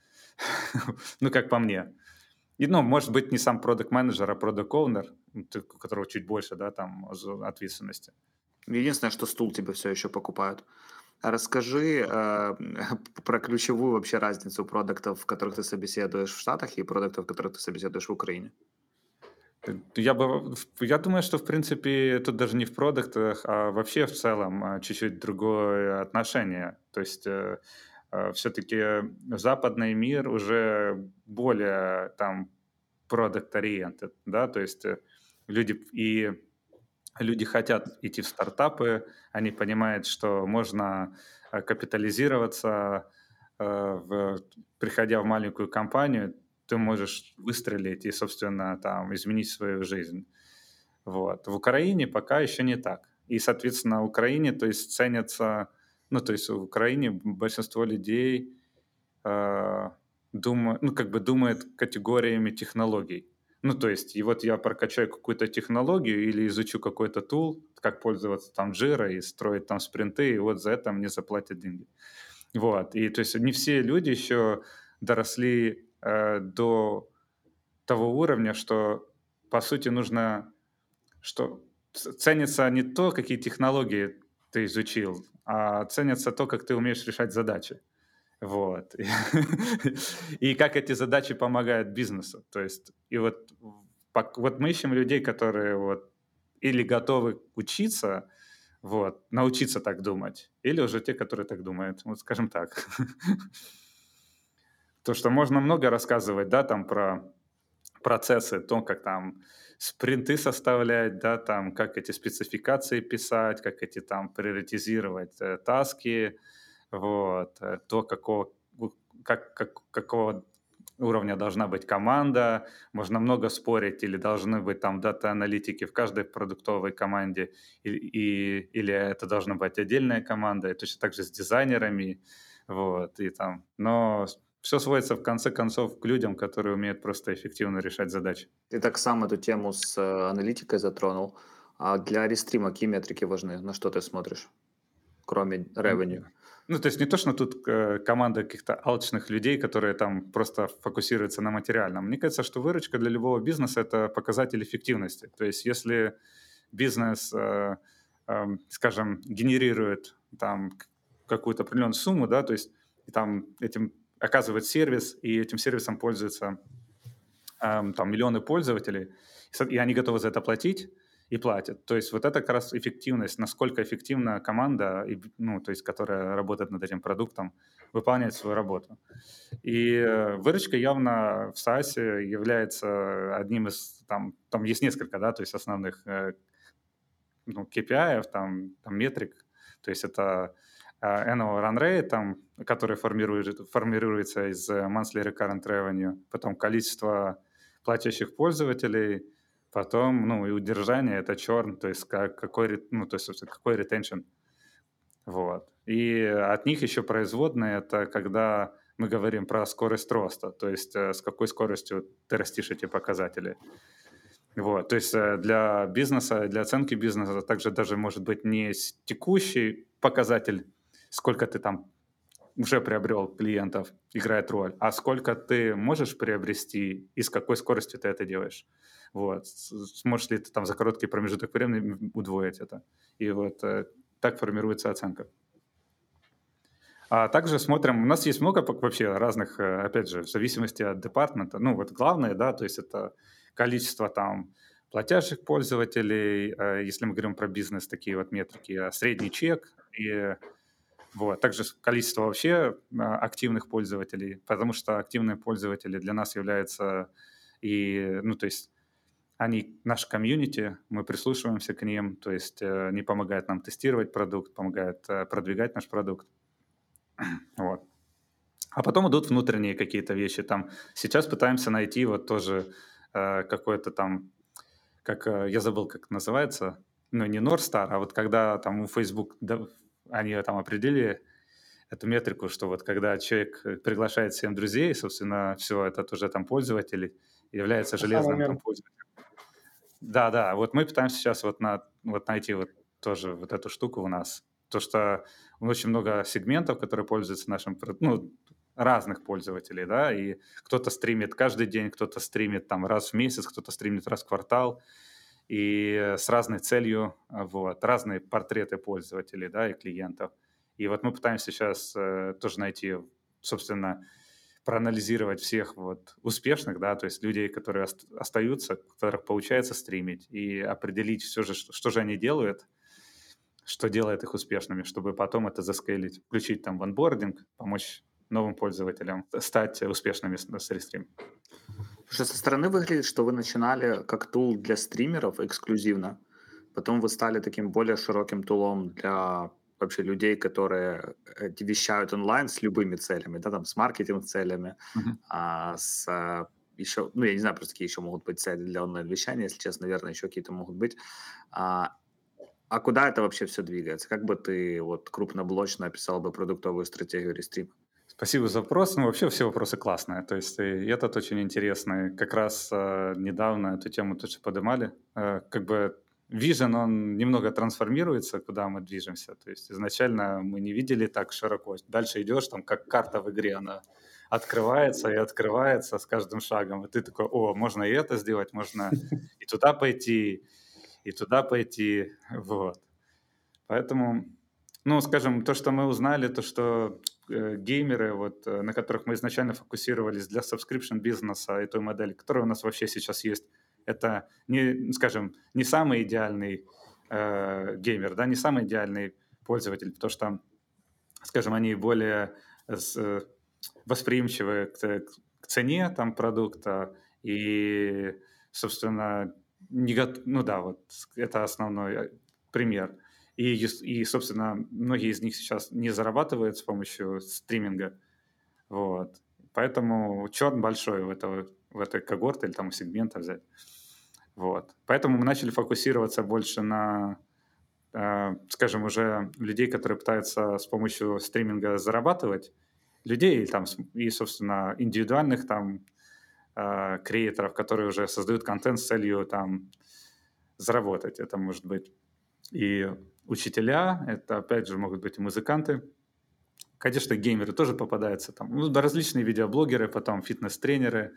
Ну, как по мне. И, ну, может быть, не сам продакт менеджер а продакт оунер у которого чуть больше, да, там, з- ответственности. Единственное, что стул тебе все еще покупают. А расскажи э, про ключевую вообще разницу продуктов, которых ты собеседуешь в Штатах, и продуктов, которых ты собеседуешь в Украине. Э, Я бы, в- я думаю, что в принципе тут даже не в продуктах, а вообще в целом а, чуть-чуть другое отношение. То есть все-таки западный мир уже более там product-oriented, да, то есть э, люди и люди хотят идти в стартапы, они понимают, что можно э, капитализироваться, э, в- приходя в маленькую компанию, ты можешь выстрелить и, собственно, там изменить свою жизнь. Вот. В Украине пока еще не так. И, соответственно, в Украине, то есть ценятся, ну, то есть в Украине большинство людей э, дума- ну, как бы думает категориями технологий. Ну, то есть, и вот я прокачаю какую-то технологию или изучу какой-то тул, как пользоваться там Jira и строить там спринты, и вот за это мне заплатят деньги. Вот. И то есть не все люди еще доросли э, до того уровня, что, по сути, нужно, что ц- ценится не то, какие технологии ты изучил, а ценится то, как ты умеешь решать задачи. Вот. И как эти задачи помогают бизнесу. То есть, и вот, пок- вот мы ищем людей, которые вот или готовы учиться, вот, научиться так думать, или уже те, которые так думают. Вот скажем так. То, что можно много рассказывать, да, там про процессы, то, как там спринты составлять, да, там, как эти спецификации писать, как эти там приоритизировать э, таски, вот, э, то, какого, у- как, как, какого уровня должна быть команда, можно много спорить, или должны быть там дата-аналитики в каждой продуктовой команде, и, и- или это должна быть отдельная команда, и точно так же с дизайнерами, вот, и там, но все сводится в конце концов к людям, которые умеют просто эффективно решать задачи. Ты так сам эту тему с э, аналитикой затронул. А для рестрима какие метрики важны? На что ты смотришь, кроме revenue? Ну, то есть не то, что тут э, команда каких-то алчных людей, которые там просто фокусируются на материальном. Мне кажется, что выручка для любого бизнеса — это показатель эффективности. То есть если бизнес, э, эм, скажем, генерирует там к- какую-то определенную сумму, да, то есть и там этим оказывает сервис, и этим сервисом пользуются эм, там миллионы пользователей, и со- и они готовы за это платить, и платят. То есть вот это как раз эффективность, насколько эффективна команда, и, ну, то есть, которая работает над этим продуктом, выполняет свою работу. И э, выручка явно в SaaS является одним из, там, там есть несколько, да, то есть основных э, ну, кей пи ай, там, там метрик, то есть это э, annual run rate, там, который формирует, формируется из э, monthly recurrent revenue, потом количество платящих пользователей, потом, ну, и удержание — это churn, то есть как, какой, ре- ну, то есть собственно, какой retention. Вот. И от них еще производные — это когда мы говорим про скорость роста, то есть э, с какой скоростью ты растишь эти показатели. Вот, то есть э, для бизнеса, для оценки бизнеса также даже может быть не с- текущий показатель, сколько ты там уже приобрел клиентов, играет роль, а сколько ты можешь приобрести и с какой скоростью ты это делаешь. Вот. С- Сможешь ли ты там за короткий промежуток времени удвоить это. И вот э, так формируется оценка. А также смотрим, у нас есть много пок- вообще разных, э, опять же, в зависимости от департамента. Ну, вот главное, да, то есть это количество там платящих пользователей, э, если мы говорим про бизнес, такие вот метрики, а средний чек, и вот, также с- количество вообще а, активных пользователей, потому что активные пользователи для нас являются и, ну, то есть они наш комьюнити, мы прислушиваемся к ним, то есть э, они помогают нам тестировать продукт, помогают э, продвигать наш продукт. Вот. А потом идут внутренние какие-то вещи. Там сейчас пытаемся найти вот тоже э, какой-то там, как э, я забыл, как называется, ну не North Star, а вот когда там у Facebook, да, они там определили эту метрику, что вот когда человек э, приглашает семь друзей, собственно, все, этот уже там пользователь является железным там Аха-момент. пользователем. Да, да, вот мы пытаемся сейчас вот, на, вот найти вот тоже вот эту штуку у нас. То, что очень много сегментов, которые пользуются нашим, про- ну, разных пользователей, да, и кто-то стримит каждый день, кто-то стримит там раз в месяц, кто-то стримит раз в квартал, и с разной целью, вот, разные портреты пользователей, да, и клиентов. И вот мы пытаемся сейчас э, тоже найти, собственно, проанализировать всех вот успешных, да, то есть людей, которые ост- остаются, которых получается стримить, и определить все же, что, что же они делают, что делает их успешными, чтобы потом это заскейлить, включить там в онбординг, помочь новым пользователям стать успешными с, с Restream. Слушай, со стороны выглядит, что вы начинали как тул для стримеров эксклюзивно, потом вы стали таким более широким тулом для вообще людей, которые э, вещают онлайн с любыми целями, да, там, с маркетинг-целями, Мгм. а, с а, еще, ну, я не знаю просто, какие еще могут быть цели для онлайн-вещания, если честно, наверное, еще какие-то могут быть. А, а куда это вообще все двигается? Как бы ты вот крупноблочно описал бы продуктовую стратегию Restream? Спасибо за вопрос. Ну, вообще все вопросы классные. То есть и этот очень интересный. Как раз э, недавно эту тему тоже поднимали. Э, как бы Vision, он немного трансформируется, куда мы движемся. То есть изначально мы не видели так широко. Дальше идешь, там как карта в игре, она открывается и открывается с каждым шагом. И ты такой, о, можно и это сделать, можно и туда пойти, и туда пойти. Вот. Поэтому, ну, скажем, то, что мы узнали, то, что э, геймеры, вот, э, на которых мы изначально фокусировались для subscription бизнеса и той модели, которая у нас вообще сейчас есть, это, не, скажем, не самый идеальный э, геймер, да, не самый идеальный пользователь, потому что, скажем, они более с, э, восприимчивы к, к цене там продукта и, собственно, не гот... ну да, вот это основной э, пример. И, и, собственно, многие из них сейчас не зарабатывают с помощью стриминга. Вот. Поэтому черн большой в, этого, в этой когорте или там сегмента взять. Вот. Поэтому мы начали фокусироваться больше на, э, скажем, уже людей, которые пытаются с помощью стриминга зарабатывать, людей там, и, собственно, индивидуальных там э, креаторов, которые уже создают контент с целью там заработать. Это может быть и учителя, это, опять же, могут быть и музыканты. Конечно, геймеры тоже попадаются там. Ну, да, различные видеоблогеры, потом фитнес-тренеры.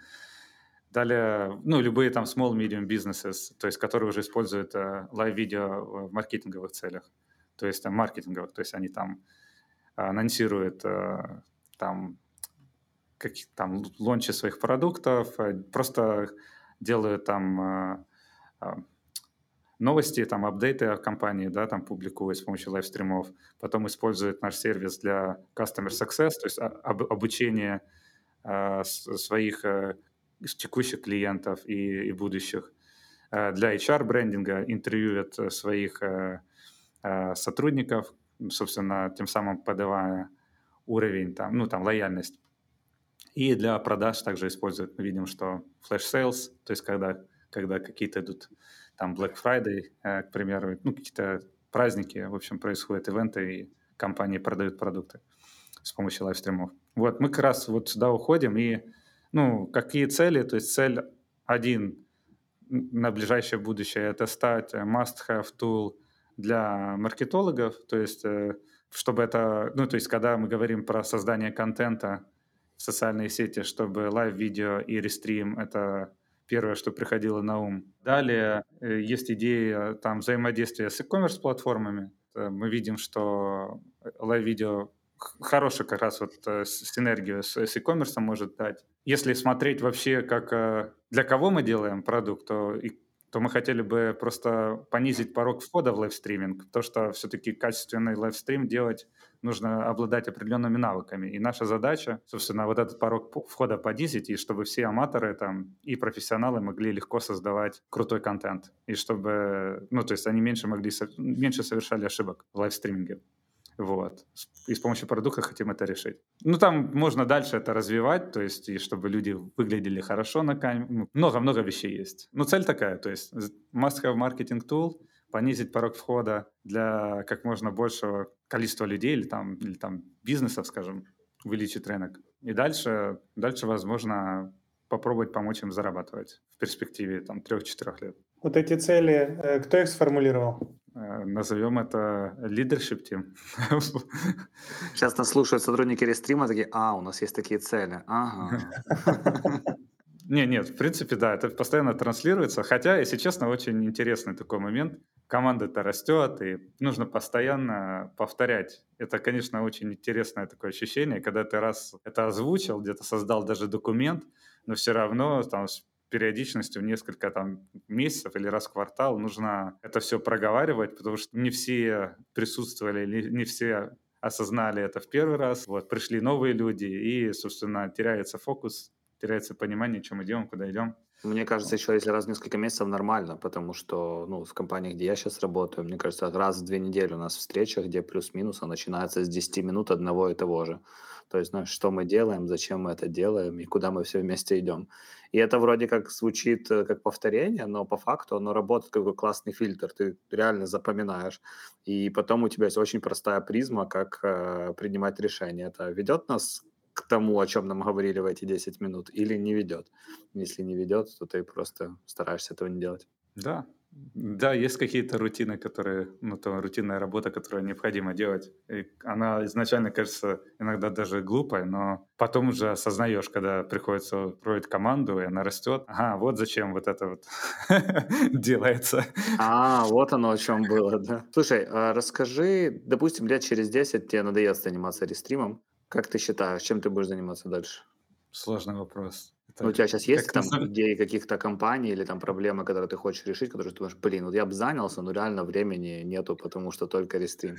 Далее, ну, любые там small, medium businesses, то есть которые уже используют э, лайв-видео в маркетинговых целях. То есть там маркетинговых, то есть они там анонсируют э, там какие там лончи своих продуктов, э, просто делают там э, э, новости, там, апдейты о компании, да, там публикуют с помощью лайвстримов, потом используют наш сервис для customer success, то есть об, обучение э, своих э, текущих клиентов и, и будущих, э, для эйч ар-брендинга, интервьюют своих э, э, сотрудников, собственно, тем самым подавая уровень, там, ну, там, лояльность. И для продаж также используют, мы видим, что flash sales, то есть когда, когда какие-то идут там Black Friday, э, к примеру, ну, какие-то праздники, в общем, происходят ивенты, и компании продают продукты с помощью лайвстримов. Вот, мы как раз вот сюда уходим, и, ну, какие цели? То есть цель один на ближайшее будущее – это стать must-have tool для маркетологов, то есть э, чтобы это, ну, то есть когда мы говорим про создание контента в социальные сети, чтобы лайв-видео и рестрим – это первое, что приходило на ум. Далее э, есть идея там взаимодействия с e-commerce платформами. Э, Мы видим, что лайв-видео х- хорошую как раз вот э, с- синергию с, с e-commerce может дать. Если смотреть вообще, как э, для кого мы делаем продукт, то, и, то мы хотели бы просто понизить порог входа в лайвстриминг, потому что все-таки качественный лайвстрим делать нужно обладать определенными навыками. И наша задача, собственно, вот этот порог по- входа понизить, и чтобы все аматоры там и профессионалы могли легко создавать крутой контент. И чтобы, ну, то есть они меньше могли, со- меньше совершали ошибок в лайвстриминге. Вот. И с помощью продукта хотим это решить. Ну, там можно дальше это развивать, то есть, и чтобы люди выглядели хорошо на камере. Много-много вещей есть. Ну, цель такая, то есть, must-have marketing tool, понизить порог входа для как можно большего количества людей или там, или там бизнесов, скажем, увеличить рынок. И дальше, дальше, возможно, попробовать помочь им зарабатывать в перспективе там трех-четырех лет. Вот эти цели, э, кто их сформулировал? Э, Назовем это leadership team. Сейчас нас слушают сотрудники Рестрима, такие, а, у нас есть такие цели. Ага. Не, нет, в принципе, да, это постоянно транслируется. Хотя, если честно, очень интересный такой момент. Команда-то растет, и нужно постоянно повторять. Это, конечно, очень интересное такое ощущение, когда ты раз это озвучил, где-то создал даже документ, но все равно там с периодичностью в несколько там месяцев или раз в квартал нужно это все проговаривать, потому что не все присутствовали, не, не все осознали это в первый раз. Вот, пришли новые люди, и, собственно, теряется фокус, теряется понимание, чем мы делаем, куда идем. Мне кажется, еще если раз в несколько месяцев нормально, потому что, ну, в компании, где я сейчас работаю, мне кажется, раз в две недели у нас встреча, где плюс-минус, а начинается с десяти минут одного и того же. То есть, знаешь, что мы делаем, зачем мы это делаем и куда мы все вместе идем. И это вроде как звучит э, как повторение, но по факту оно работает как классный фильтр. Ты реально запоминаешь. И потом у тебя есть очень простая призма, как э, принимать решения. Это ведет нас к тому, о чем нам говорили в эти десять минут, или не ведет. Если не ведет, то ты просто стараешься этого не делать. Да, да, есть какие-то рутины, которые, ну, то рутинная работа, которую необходимо делать. И она изначально кажется иногда даже глупой, но потом уже осознаешь, когда приходится строить команду, и она растет. Ага, вот зачем вот это вот делается. А, вот оно о чем было, да. Слушай, а расскажи, допустим, лет через десять тебе надоест заниматься рестримом. Как ты считаешь, чем ты будешь заниматься дальше? Сложный вопрос. Ну, у Это тебя сейчас есть как там назов- идеи каких-то компаний или там проблемы, которые ты хочешь решить, которые ты думаешь, блин, вот я бы занялся, но реально времени нету, потому что только рестрим.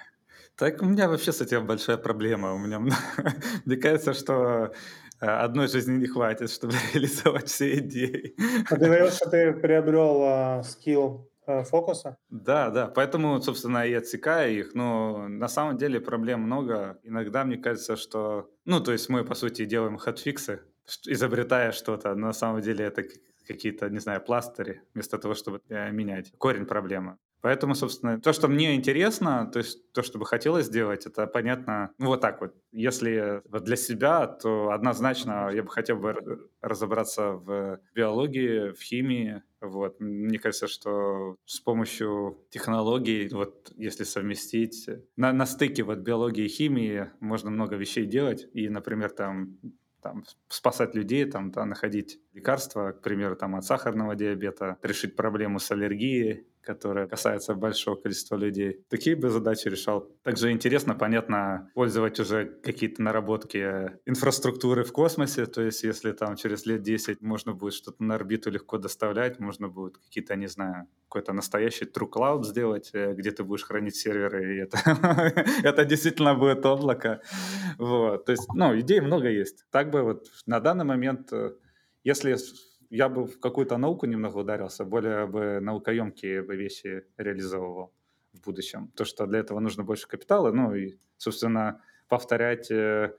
Так у меня вообще с этим большая проблема. У меня, мно- мне кажется, что э, одной жизни не хватит, чтобы реализовать все идеи. А ты говорил, что ты приобрел а, скилл а, фокуса? Да, да, поэтому, собственно, и отсекаю их, но на самом деле проблем много. Иногда мне кажется, что, ну, то есть мы, по сути, делаем хатфиксы, ш- изобретая что-то, но на самом деле это к- какие-то, не знаю, пластыри, вместо того, чтобы э, менять корень проблемы. Поэтому, собственно, то, что мне интересно, то есть то, что бы хотелось сделать, это понятно, ну, вот так вот. Если вот для себя, то однозначно я бы хотел бы р- разобраться в биологии, в химии. Вот. Мне кажется, что с помощью технологий, вот если совместить, на, на стыке вот биологии и химии можно много вещей делать. И, например, там там, спасать людей, там, да, находить лекарства, к примеру, там, от сахарного диабета, решить проблему с аллергией, которая касается большого количества людей. Такие бы задачи решал. Также интересно, понятно, пользовать уже какие-то наработки инфраструктуры в космосе, то есть если там через лет десять можно будет что-то на орбиту легко доставлять, можно будет какие-то, не знаю, какой-то настоящий true cloud сделать, э, где ты будешь хранить серверы, и это, это действительно будет облако. Вот. То есть, ну, идей много есть. Так бы вот на данный момент, э, если с- я бы в какую-то науку немного ударился, более бы наукоемкие бы вещи реализовывал в будущем. То, что для этого нужно больше капитала, ну и, собственно, повторять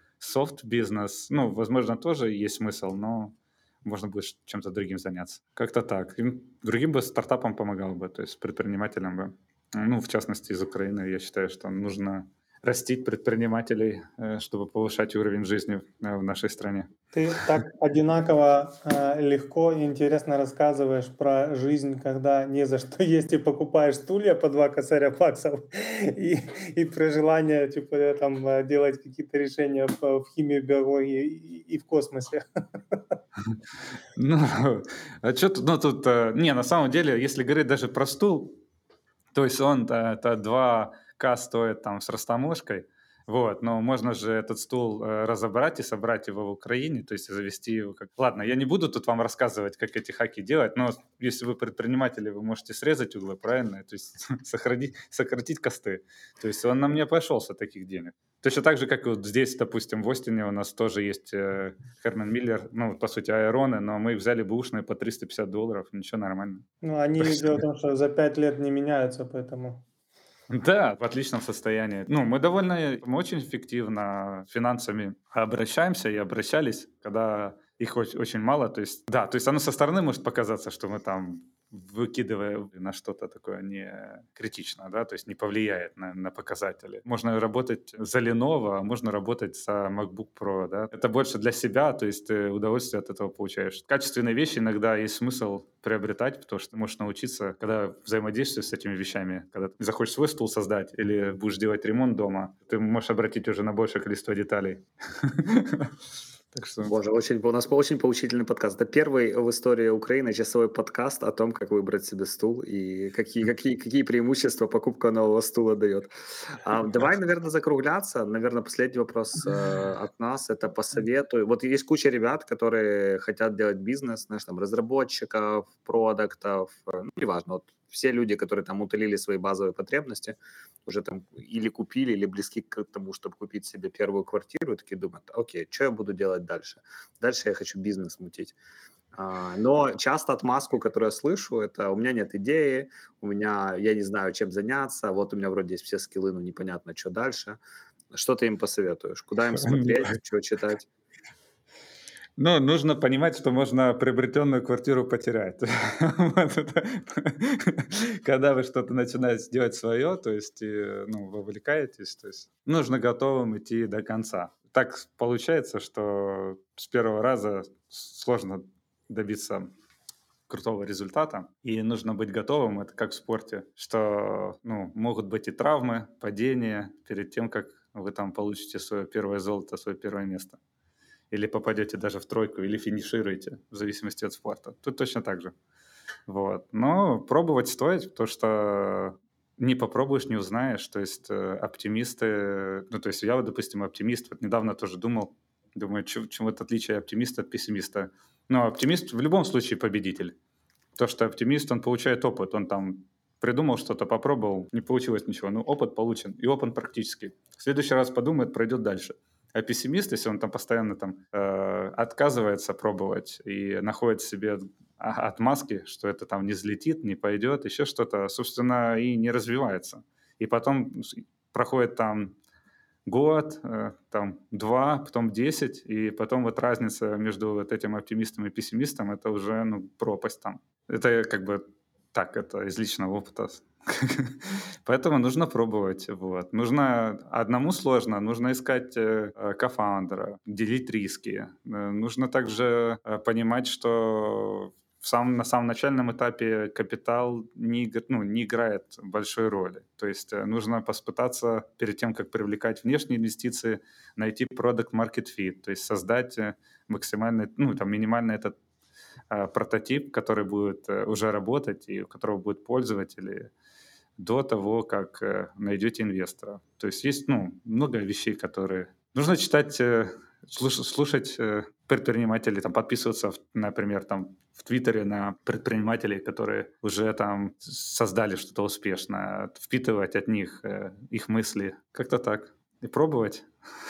софт-бизнес, ну, возможно, тоже есть смысл, но можно будет ш- чем-то другим заняться. Как-то так. Им- другим бы стартапам помогал бы, то есть предпринимателям бы. Ну, в частности, из Украины, я считаю, что нужно растить предпринимателей, э, чтобы повышать уровень жизни э, в нашей стране. Ты так одинаково э, легко и интересно рассказываешь про жизнь, когда не за что есть и покупаешь стулья по два косаря баксов, и, и про желание типа э, там э, делать какие-то решения в, в химии, биологии и, и в космосе. Ну, а что тут, ну, тут, э, не, на самом деле, если говорить даже про стул, то есть он, э, это два ка стоит там с растаможкой, вот, но можно же этот стул э, разобрать и собрать его в Украине, то есть завести его как... Ладно, я не буду тут вам рассказывать, как эти хаки делать, но если вы предприниматели, вы можете срезать углы, правильно? То есть сохранить, сократить косты. То есть он на мне пошелся таких денег. Точно так же, как и вот здесь, допустим, в Остине у нас тоже есть э, Херман Миллер, ну, по сути, аэроны, но мы их взяли бэушные по триста пятьдесят долларов, ничего, нормально. Ну, они, дело в том, что за пять лет не меняются, поэтому... Да, в отличном состоянии. Ну, мы довольно, мы очень эффективно финансами обращаемся и обращались, когда их оч- очень мало. То есть, да, то есть оно со стороны может показаться, что мы там выкидываем на что-то такое не критично, да, то есть не повлияет на, на показатели. Можно работать за Lenovo, а можно работать за MacBook Pro, да. Это больше для себя, то есть ты удовольствие от этого получаешь. Качественные вещи иногда есть смысл приобретать, потому что ты можешь научиться, когда взаимодействуешь с этими вещами, когда ты захочешь свой стул создать или будешь делать ремонт дома, ты можешь обратить уже на большее количество деталей. Так что... Боже, очень, у нас очень поучительный подкаст. Это первый в истории Украины часовой подкаст о том, как выбрать себе стул и какие, какие, какие преимущества покупка нового стула дает. А, давай, наверное, закругляться. Наверное, последний вопрос э, от нас. Это посоветуй. Вот есть куча ребят, которые хотят делать бизнес, знаешь, там, разработчиков, продуктов, э, ну, неважно, вот все люди, которые там утолили свои базовые потребности, уже там или купили, или близки к тому, чтобы купить себе первую квартиру, и такие думают, окей, что я буду делать дальше? Дальше я хочу бизнес мутить. А, но часто отмазку, которую я слышу, это у меня нет идеи, у меня, я не знаю, чем заняться, вот у меня вроде есть все скиллы, но непонятно, что дальше. Что ты им посоветуешь? Куда им смотреть, что читать? Ну, нужно понимать, что можно приобретенную квартиру потерять. Когда вы что-то начинаете делать свое, то есть, ну, вовлекаетесь, то есть нужно готовым идти до конца. Так получается, что с первого раза сложно добиться крутого результата, и нужно быть готовым, это как в спорте, что, ну, могут быть и травмы, падения перед тем, как вы там получите свое первое золото, свое первое место. Или попадете даже в тройку, или финишируете, в зависимости от спорта. Тут точно так же. Вот. Но пробовать стоит, потому что не попробуешь, не узнаешь. То есть э, оптимисты... Ну, то есть я, вот, допустим, оптимист. Вот недавно тоже думал, думаю, чем, чем вот отличие оптимиста от пессимиста. Но оптимист в любом случае победитель. То, что оптимист, он получает опыт, он там придумал что-то, попробовал, не получилось ничего. Ну, опыт получен, и опыт практически. В следующий раз подумает, пройдет дальше. А пессимист, если он там постоянно там, э, отказывается пробовать и находит в себе отмазки, что это там не взлетит, не пойдет, еще что-то, собственно, и не развивается. И потом проходит там год, э, там два, потом десять, и потом вот разница между вот этим оптимистом и пессимистом, это уже, ну, пропасть там. Это как бы так, это из личного опыта. Поэтому нужно пробовать. Вот. Нужно одному сложно, нужно искать э, кофаундера, делить риски. Э, нужно также э, понимать, что в самом, на самом начальном этапе капитал не, иг- ну, не играет большой роли. То есть э, нужно попытаться перед тем, как привлекать внешние инвестиции, найти product market fit, то есть создать э, максимальный, ну, там, минимальный этот э, прототип, который будет э, уже работать и у которого будут пользователи до того, как э, найдете инвестора. То есть есть, ну, много вещей, которые... Нужно читать, э, слуш- слушать э, предпринимателей, там, подписываться, в- например, там, в Твиттере на предпринимателей, которые уже там создали что-то успешное, впитывать от них э, их мысли. Как-то так. И пробовать.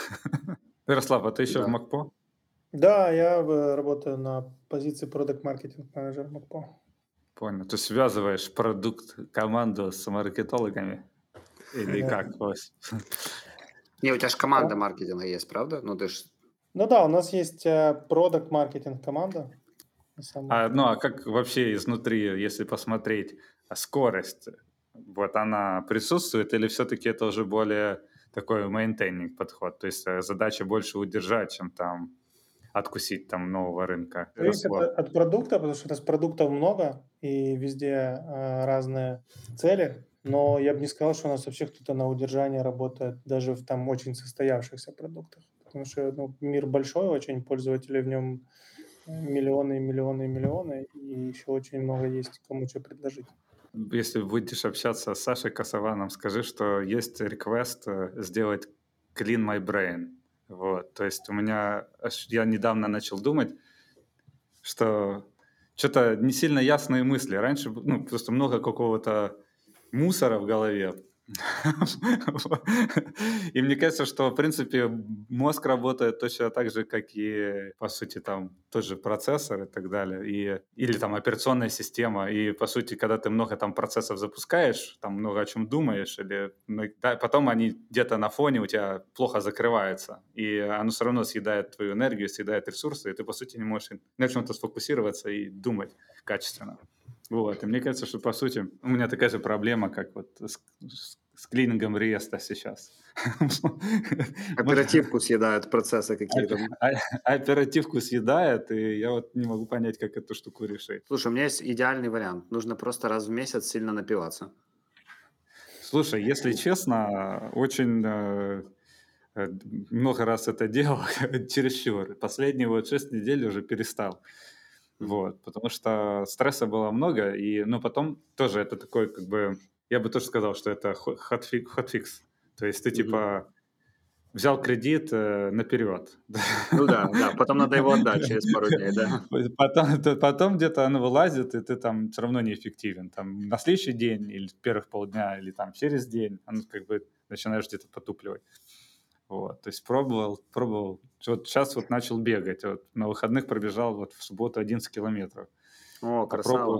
Ярослав, а ты еще в Да. МакПо? Да, я э, работаю на позиции продакт маркетинг менеджер МакПо. Понял. Ты связываешь продукт, команду с маркетологами? Или Да. как? Ось? Не, у тебя же команда маркетинга есть, правда? Ну, ты ж... Ну да, у нас есть продакт маркетинг команда. на самом А, деле. ну, а как вообще изнутри, если посмотреть, а скорость, вот она присутствует или все-таки это уже более такой мейнтейнинг подход? То есть э, задача больше удержать, чем там откусить там нового рынка? Зависит Ярослав. от, от продукта, потому что у нас продуктов много и везде э, разные цели. Но я бы не сказал, что у нас вообще кто-то на удержание работает даже в там очень состоявшихся продуктах. Потому что ну, мир большой очень, пользователей в нем миллионы и миллионы и миллионы, и еще очень много есть кому что предложить. Если будешь общаться с Сашей Косованом, скажи, что есть реквест э, сделать clean my brain. Вот. То есть у меня, аж я недавно начал думать, что что-то не сильно ясные мысли. Раньше, ну, просто много какого-то мусора в голове. И мне кажется, что, в принципе, мозг работает точно так же, как и, по сути, там, тот же процессор и так далее, и, или там операционная система. И, по сути, когда ты много там процессов запускаешь, там много о чем думаешь, или ну, да, потом они где-то на фоне у тебя плохо закрываются, и оно все равно съедает твою энергию, съедает ресурсы, и ты, по сути, не можешь на чем-то сфокусироваться и думать качественно. Вот, и мне кажется, что, по сути, у меня такая же проблема, как вот с, с- с клинингом рееста сейчас. Оперативку съедают процессы какие-то. А- Оперативку съедает, и я вот не могу понять, как эту штуку решить. Слушай, у меня есть идеальный вариант. Нужно просто раз в месяц сильно напиваться. Слушай, если честно, очень э, э, много раз это делал, чересчур. Последние вот шесть недель уже перестал. Мгм. Вот, потому что стресса было много, и, ну, потом тоже это такой, как бы, я бы тоже сказал, что это хо- hotfi- hotfix. То есть ты, Мгм. типа, взял кредит э, наперед. Ну да, да, потом надо его отдать через пару дней, да. Потом, т- потом где-то оно вылазит, и ты там все равно неэффективен. Там на следующий день, или первых полдня, или там через день, оно как бы начинаешь где-то потупливать. Вот, то есть пробовал, пробовал. Вот сейчас вот начал бегать. Вот на выходных пробежал вот в субботу одиннадцать километров. О, красава. Попробовал.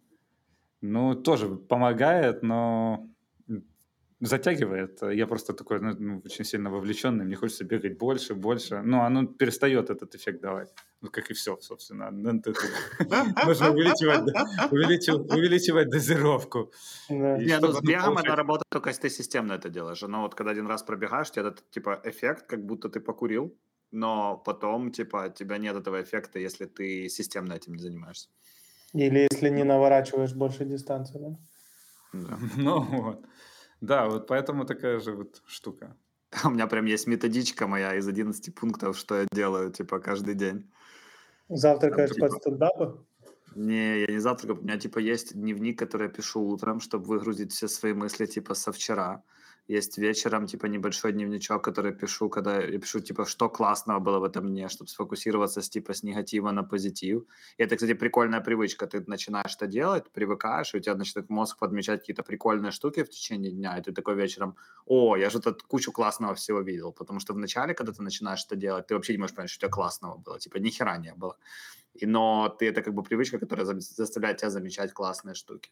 Ну, тоже помогает, но м, затягивает. Я просто такой, ну, ну, очень сильно вовлеченный, мне хочется бегать больше, больше. Ну, оно перестает этот эффект давать. Ну, как и все, собственно. Ну, ты- ты- Нужно увеличивать, д- увеличив- увеличивать дозировку. Да. И Не, ну чтобы с ну, бегом получать... она работает только если ты системно это делаешь. Но вот когда один раз пробегаешь, у тебя этот, типа, эффект, как будто ты покурил, но потом, типа, у тебя нет этого эффекта, если ты системно этим не занимаешься. Или если не наворачиваешь больше дистанции, да? Да. Ну, вот. Да, вот поэтому такая же вот штука. У меня прям есть методичка моя из одиннадцати пунктов, что я делаю, типа, каждый день. Там, Завтракаешь под типа, стендапы? не, я не завтракаю, у меня, типа, есть дневник, который я пишу утром, чтобы выгрузить все свои мысли, типа, со вчера. Есть вечером, типа, небольшой дневничок, который я пишу, когда я пишу, типа, что классного было в этом дне, чтобы сфокусироваться, с, типа, с негатива на позитив. И это, кстати, прикольная привычка. Ты начинаешь это делать, привыкаешь, и у тебя начинает мозг подмечать какие-то прикольные штуки в течение дня, и ты такой вечером: о, я же тут кучу классного всего видел. Потому что вначале, когда ты начинаешь это делать, ты вообще не можешь понять, что у тебя классного было. Типа, ни хера не было. И, но ты это как бы привычка, которая за- заставляет тебя замечать классные штуки.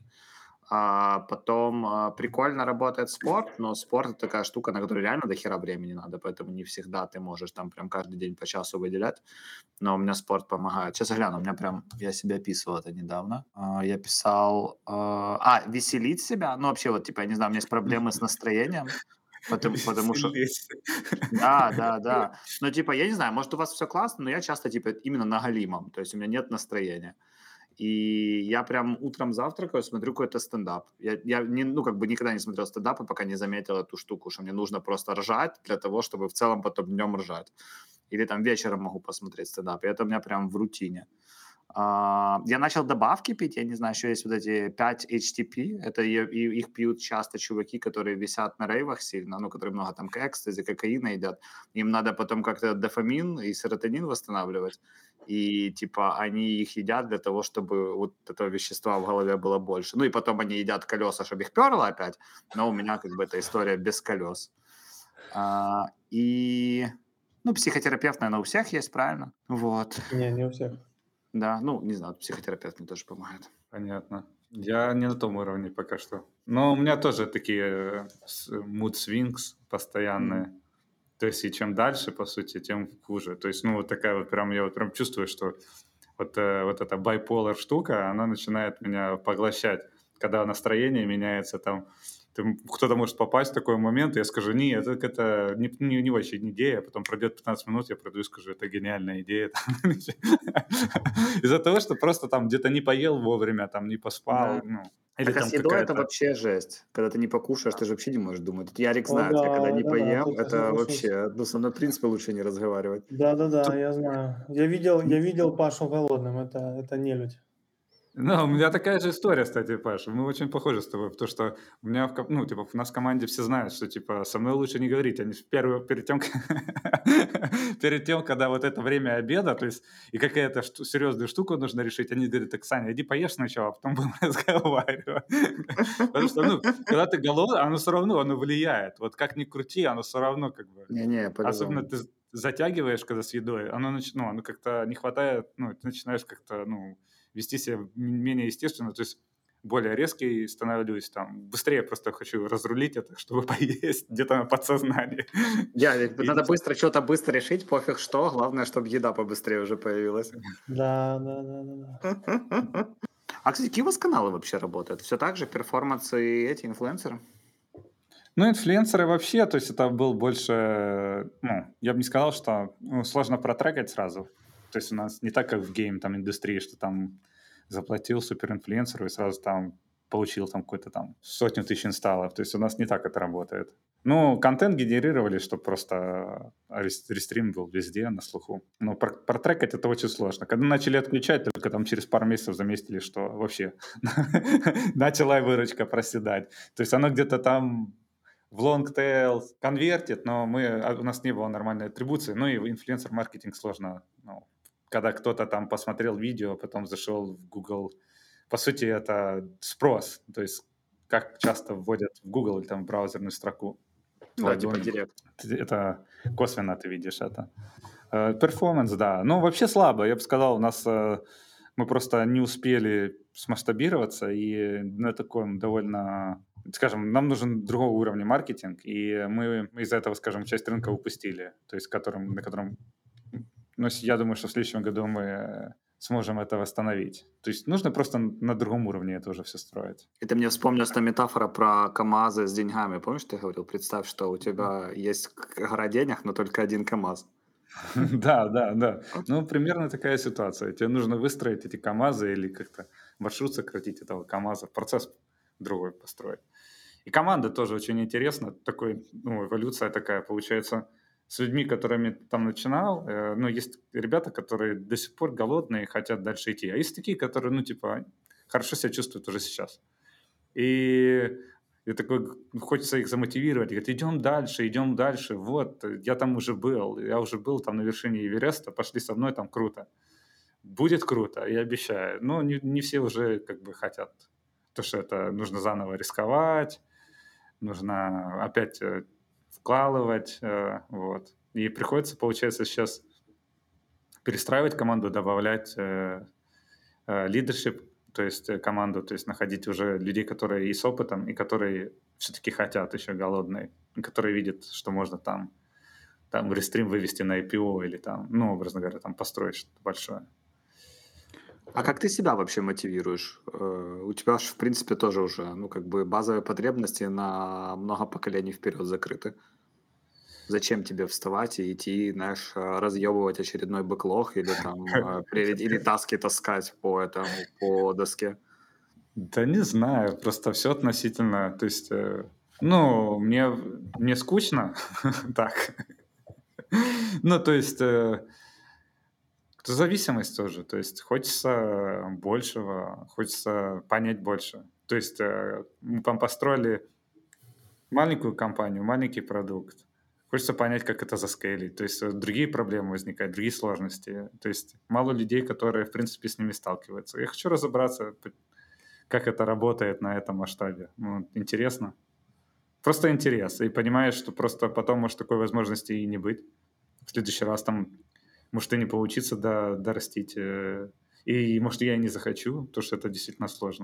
А потом а, прикольно работает спорт, но спорт это такая штука, на которую реально до хера времени надо, поэтому не всегда ты можешь там прям каждый день по часу выделять. Но у меня спорт помогает. Сейчас я гляну, у меня прям, я себе описывал это недавно. А, Я писал, а, а, веселить себя, ну вообще вот типа, я не знаю, у меня есть проблемы с настроением, потому, потому что Веселись. да, да, да. Ну, типа, я не знаю, может, у вас все классно, но я часто, типа, именно на галимом, то есть у меня нет настроения. И я прям утром завтракаю, смотрю какой-то стендап. Я, я не, ну, как бы никогда не смотрел стендапы, пока не заметил эту штуку, что мне нужно просто ржать для того, чтобы в целом потом днем ржать. Или там вечером могу посмотреть стендап. И это у меня прям в рутине. А, я начал добавки пить, я не знаю, еще есть вот эти пять эйч ти пи, это и- и- их пьют часто чуваки, которые висят на рейвах сильно, ну, которые много там экстази, кокаина едят, им надо потом как-то дофамин и серотонин восстанавливать, и типа они их едят для того, чтобы вот этого вещества в голове было больше, ну и потом они едят колеса, чтобы их перло опять, но у меня как бы эта история без колес. А, и, ну, психотерапевт, наверное, у всех есть, правильно? Вот. Не, не у всех. Да, ну, не знаю, психотерапевт мне тоже помогает. Понятно. Я не на том уровне пока что. Но у меня тоже такие э, с- mood swings Мгм. постоянные. То есть и чем дальше, по сути, тем хуже. То есть, ну, вот такая вот прям, я вот прям чувствую, что вот, э, вот эта bipolar штука, она начинает меня поглощать. Когда настроение меняется, там, ты м- кто-то может попасть в такой момент, и я скажу: не, это, это не, не, не очень идея, а потом пройдет пятнадцать минут, я приду и скажу: это гениальная идея. Из-за того, что просто там где-то не поел вовремя, там не Да. поспал, ну, или Так, а там с едой это какая-то... вообще жесть. Когда ты не покушаешь, ты же вообще не можешь думать. Тут Ярик О, знает, я когда да, не это да, поем, тут я это соглашусь. вообще, ну, со мной в принципе лучше не разговаривать. Да-да-да, Тут я знаю. Я видел, я видел Пашу голодным, это, это нелюдь. Ну, у меня такая же история, кстати, Паша. Мы очень похожи с тобой, потому что у меня, в, ко- ну, типа, у нас в команде все знают, что, типа, со мной лучше не говорить. Они ж первые, перед тем, как- перед тем, когда вот это время обеда, то есть, и какая-то шту- серьезную штуку нужно решить, они говорят: так, Саня, иди поешь сначала, а потом будем разговаривать. Потому что, ну, когда ты голодный, оно все равно, оно влияет. Вот как ни крути, оно все равно, как бы, Не-не, особенно по-любому. ты затягиваешь, когда с едой, оно, нач- ну, оно как-то не хватает, ну, ты начинаешь как-то, ну, вести себя м- менее естественно, то есть более резкий становлюсь, там, быстрее просто хочу разрулить это, чтобы поесть где-то на подсознании. Ярик, И надо нач- быстро что-то быстро решить, пофиг что, главное, чтобы еда побыстрее уже появилась. Да, да, да, да, да. А, кстати, какие у вас каналы вообще работают? Все так же, перформансы и эти инфлюенсеры? Ну, инфлюенсеры вообще, то есть это был больше, ну, я бы не сказал, что ну, сложно протрекать сразу. То есть у нас не так, как в гейм там индустрии, что там заплатил суперинфлюенсеру и сразу там получил там какой-то там сотню тысяч инсталлов. То есть у нас не так это работает. Ну, контент генерировали, чтобы просто рестрим был везде, на слуху. Но про- протрекать это очень сложно. Когда начали отключать, только там через пару месяцев заметили, что вообще начала выручка проседать. То есть оно где-то там в лонгтейл конвертит, но мы, а у нас не было нормальной атрибуции. Ну и инфлюенсер-маркетинг сложно. Ну, когда кто-то там посмотрел видео, потом зашел в Google. По сути, это спрос. То есть как часто вводят в Google или там в браузерную строку твой Да, типа домик. директ. Ты- Это косвенно ты видишь это. Э, Перформанс, да. Ну, вообще слабо. Я бы сказал, у нас э, мы просто не успели смасштабироваться, и на таком довольно, скажем, нам нужен другого уровня маркетинг, и мы, мы из-за этого, скажем, часть рынка упустили, то есть которым, на котором, ну, с- я думаю, что в следующем году мы э, сможем это восстановить. То есть нужно просто на другом уровне это уже все строить. Это мне вспомнилась та метафора про КАМАЗы с деньгами. Помнишь, ты говорил? Представь, что у тебя есть к- гора денег, но только один КАМАЗ. Да, да, да. Вот. Ну, примерно такая ситуация. Тебе нужно выстроить эти КАМАЗы или как-то маршрут сократить этого КАМАЗа, процесс другой построить. И команда тоже очень интересна. Такой, ну, эволюция такая получается с людьми, которыми там начинал. Э, ну, есть ребята, которые до сих пор голодные и хотят дальше идти. А есть такие, которые, ну, типа, хорошо себя чувствуют уже сейчас. И я такой, г- хочется их замотивировать. Говорит, идем дальше, идем дальше. Вот, э, я там уже был. Я уже был там на вершине Эвереста. Пошли со мной, там круто. Будет круто, я обещаю. Но не, не все уже как бы хотят. То, что это нужно заново рисковать, нужно опять э, вкалывать. э, вот. И приходится, получается, сейчас перестраивать команду, добавлять э, э, leadership, то есть э, команду, то есть находить уже людей, которые и с опытом, и которые все-таки хотят еще голодные, и которые видят, что можно там, там рестрим вывести на ай пи о или там, ну, образно говоря, там построить что-то большое. А как ты себя вообще мотивируешь? Э, У тебя же, в принципе, тоже уже, ну, как бы базовые потребности на много поколений вперед закрыты. Зачем тебе вставать и идти, знаешь, э, разъебывать очередной бэклог или там э, при- или таски таскать по этому, по доске? Да не знаю, просто все относительно, то есть, э, ну, мне, мне скучно, так, ну, то есть, э, зависимость тоже, то есть хочется большего, хочется понять больше. То есть э, мы там построили маленькую компанию, маленький продукт, хочется понять, как это заскейлить, то есть э, другие проблемы возникают, другие сложности, то есть мало людей, которые, в принципе, с ними сталкиваются. Я хочу разобраться, п- как это работает на этом масштабе. Ну, интересно. Просто интерес. И понимаешь, что просто потом может такой возможности и не быть. В следующий раз там может и не получиться до, дорастить. э, И может я и не захочу, потому что это действительно сложно.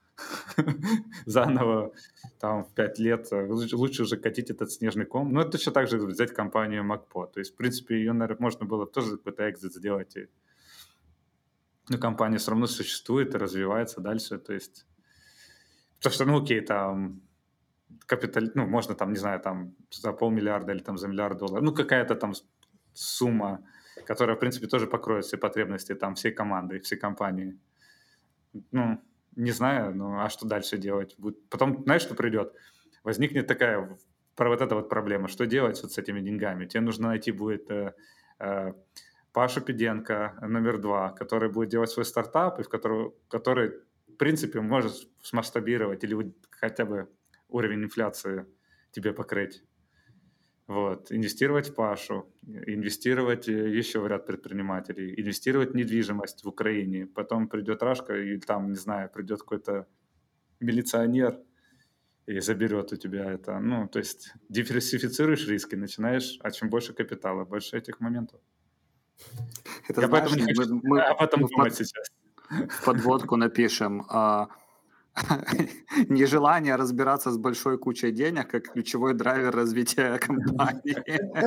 Заново там в пять лет э, лучше, лучше уже катить этот снежный ком. Ну, это точно так же взять компанию Макпо. То есть, в принципе, ее, наверное, можно было тоже какой-то экзит сделать. И, ну, компания все равно существует и развивается дальше. То есть, потому что, ну, окей, там капитал, ну, можно там, не знаю, там за полмиллиарда или там за миллиард долларов, ну, какая-то там сумма, которая, в принципе, тоже покроет все потребности там всей команды, всей компании. Ну, не знаю, ну, а что дальше делать? Будет... Потом, знаешь, что придет? Возникнет такая про вот эта вот проблема, что делать вот с этими деньгами? Тебе нужно найти будет э, э, Пашу Пиденко, номер два, который будет делать свой стартап, и в который, который, в принципе, может смасштабировать или хотя бы уровень инфляции тебе покрыть. Вот. Инвестировать в Пашу, инвестировать э, еще в ряд предпринимателей, инвестировать в недвижимость в Украине. Потом придет Рашка, и там, не знаю, придет какой-то милиционер и заберет у тебя это. Ну, то есть диверсифицируешь риски, начинаешь, а чем больше капитала, больше этих моментов. Это Я знаешь, поэтому не хочу мы, мы, об этом мы в, под- думать сейчас. в подводку напишем а, нежелание разбираться с большой кучей денег как ключевой драйвер развития компании.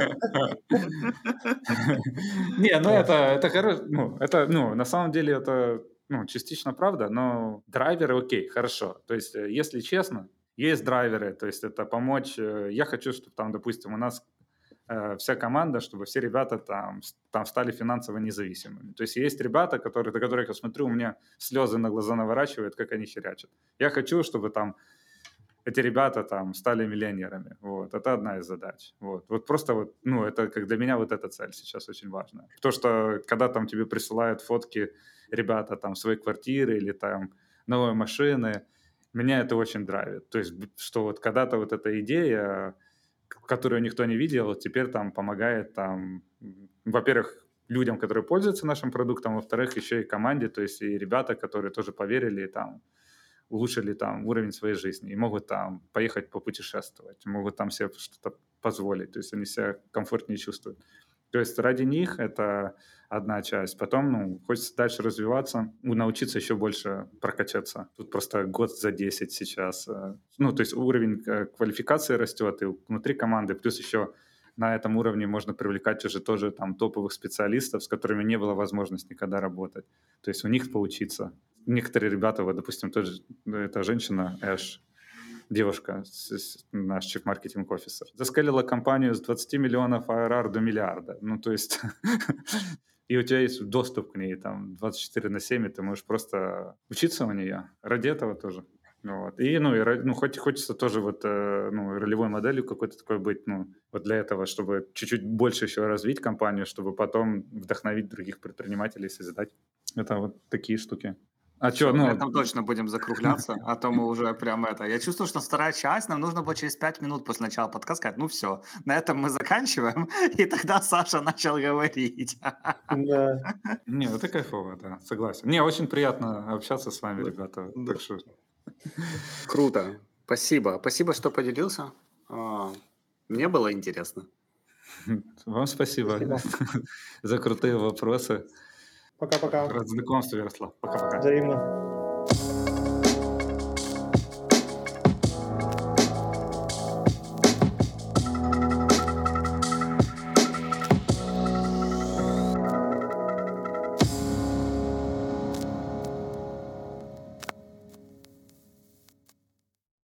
Не, ну это, это хорошо, ну, это, ну, на самом деле это, ну, частично правда, но драйверы окей, хорошо. То есть, э, если честно, есть драйверы, то есть это помочь. э, Я хочу, чтобы там, допустим, у нас э, вся команда, чтобы все ребята там, с- там стали финансово независимыми. То есть есть ребята, которые, до которых я смотрю, у меня слезы на глаза наворачивают, как они херячат. Я хочу, чтобы там эти ребята там стали миллионерами. Вот. Это одна из задач. Вот. Вот просто вот, ну, это как для меня вот эта цель сейчас очень важная. То, что когда там тебе присылают фотки ребята там своей квартиры или там новой машины, меня это очень драйвит. То есть, что вот когда-то вот эта идея, которую никто не видел, теперь там помогает там, во-первых, людям, которые пользуются нашим продуктом, во-вторых, еще и команде, то есть и ребята, которые тоже поверили и там улучшили там уровень своей жизни и могут там поехать попутешествовать, могут там себе что-то позволить, то есть они себя комфортнее чувствуют. То есть ради них это одна часть. Потом, ну, хочется дальше развиваться, научиться еще больше прокачаться. Тут просто год за десять сейчас. Ну, то есть уровень квалификации растет и внутри команды, плюс еще на этом уровне можно привлекать уже тоже там топовых специалистов, с которыми не было возможности никогда работать. То есть у них поучиться. Некоторые ребята, вот, допустим, тоже эта женщина, Эш, девушка, наш чиф-маркетинг офисер, заскалила компанию с двадцати миллионов эй ар ар до миллиарда. Ну, то есть, и у тебя есть доступ к ней там двадцать четыре на семь, и ты можешь просто учиться у нее. Ради этого тоже. Вот. И, ну, и, ну, хоть хочется тоже вот, ну, ролевой моделью какой-то такой быть, ну, вот для этого, чтобы чуть-чуть больше еще развить компанию, чтобы потом вдохновить других предпринимателей, созидать. Это вот такие штуки. А Всё, что, ну... на этом точно будем закругляться, а то мы уже прям это... Я чувствую, что вторая часть, нам нужно было через пять минут после начала подкаста сказать, ну все, на этом мы заканчиваем, и тогда Саша начал говорить. Да. Не, это кайфово, да, согласен. Не, очень приятно общаться с вами, Да. ребята. Да. Так что... Круто, спасибо. Спасибо, что поделился. А, Мне было интересно. Вам спасибо, Спасибо. за крутые вопросы. Пока-пока. Рад знакомству, Ярослав. Пока-пока. Взаимно.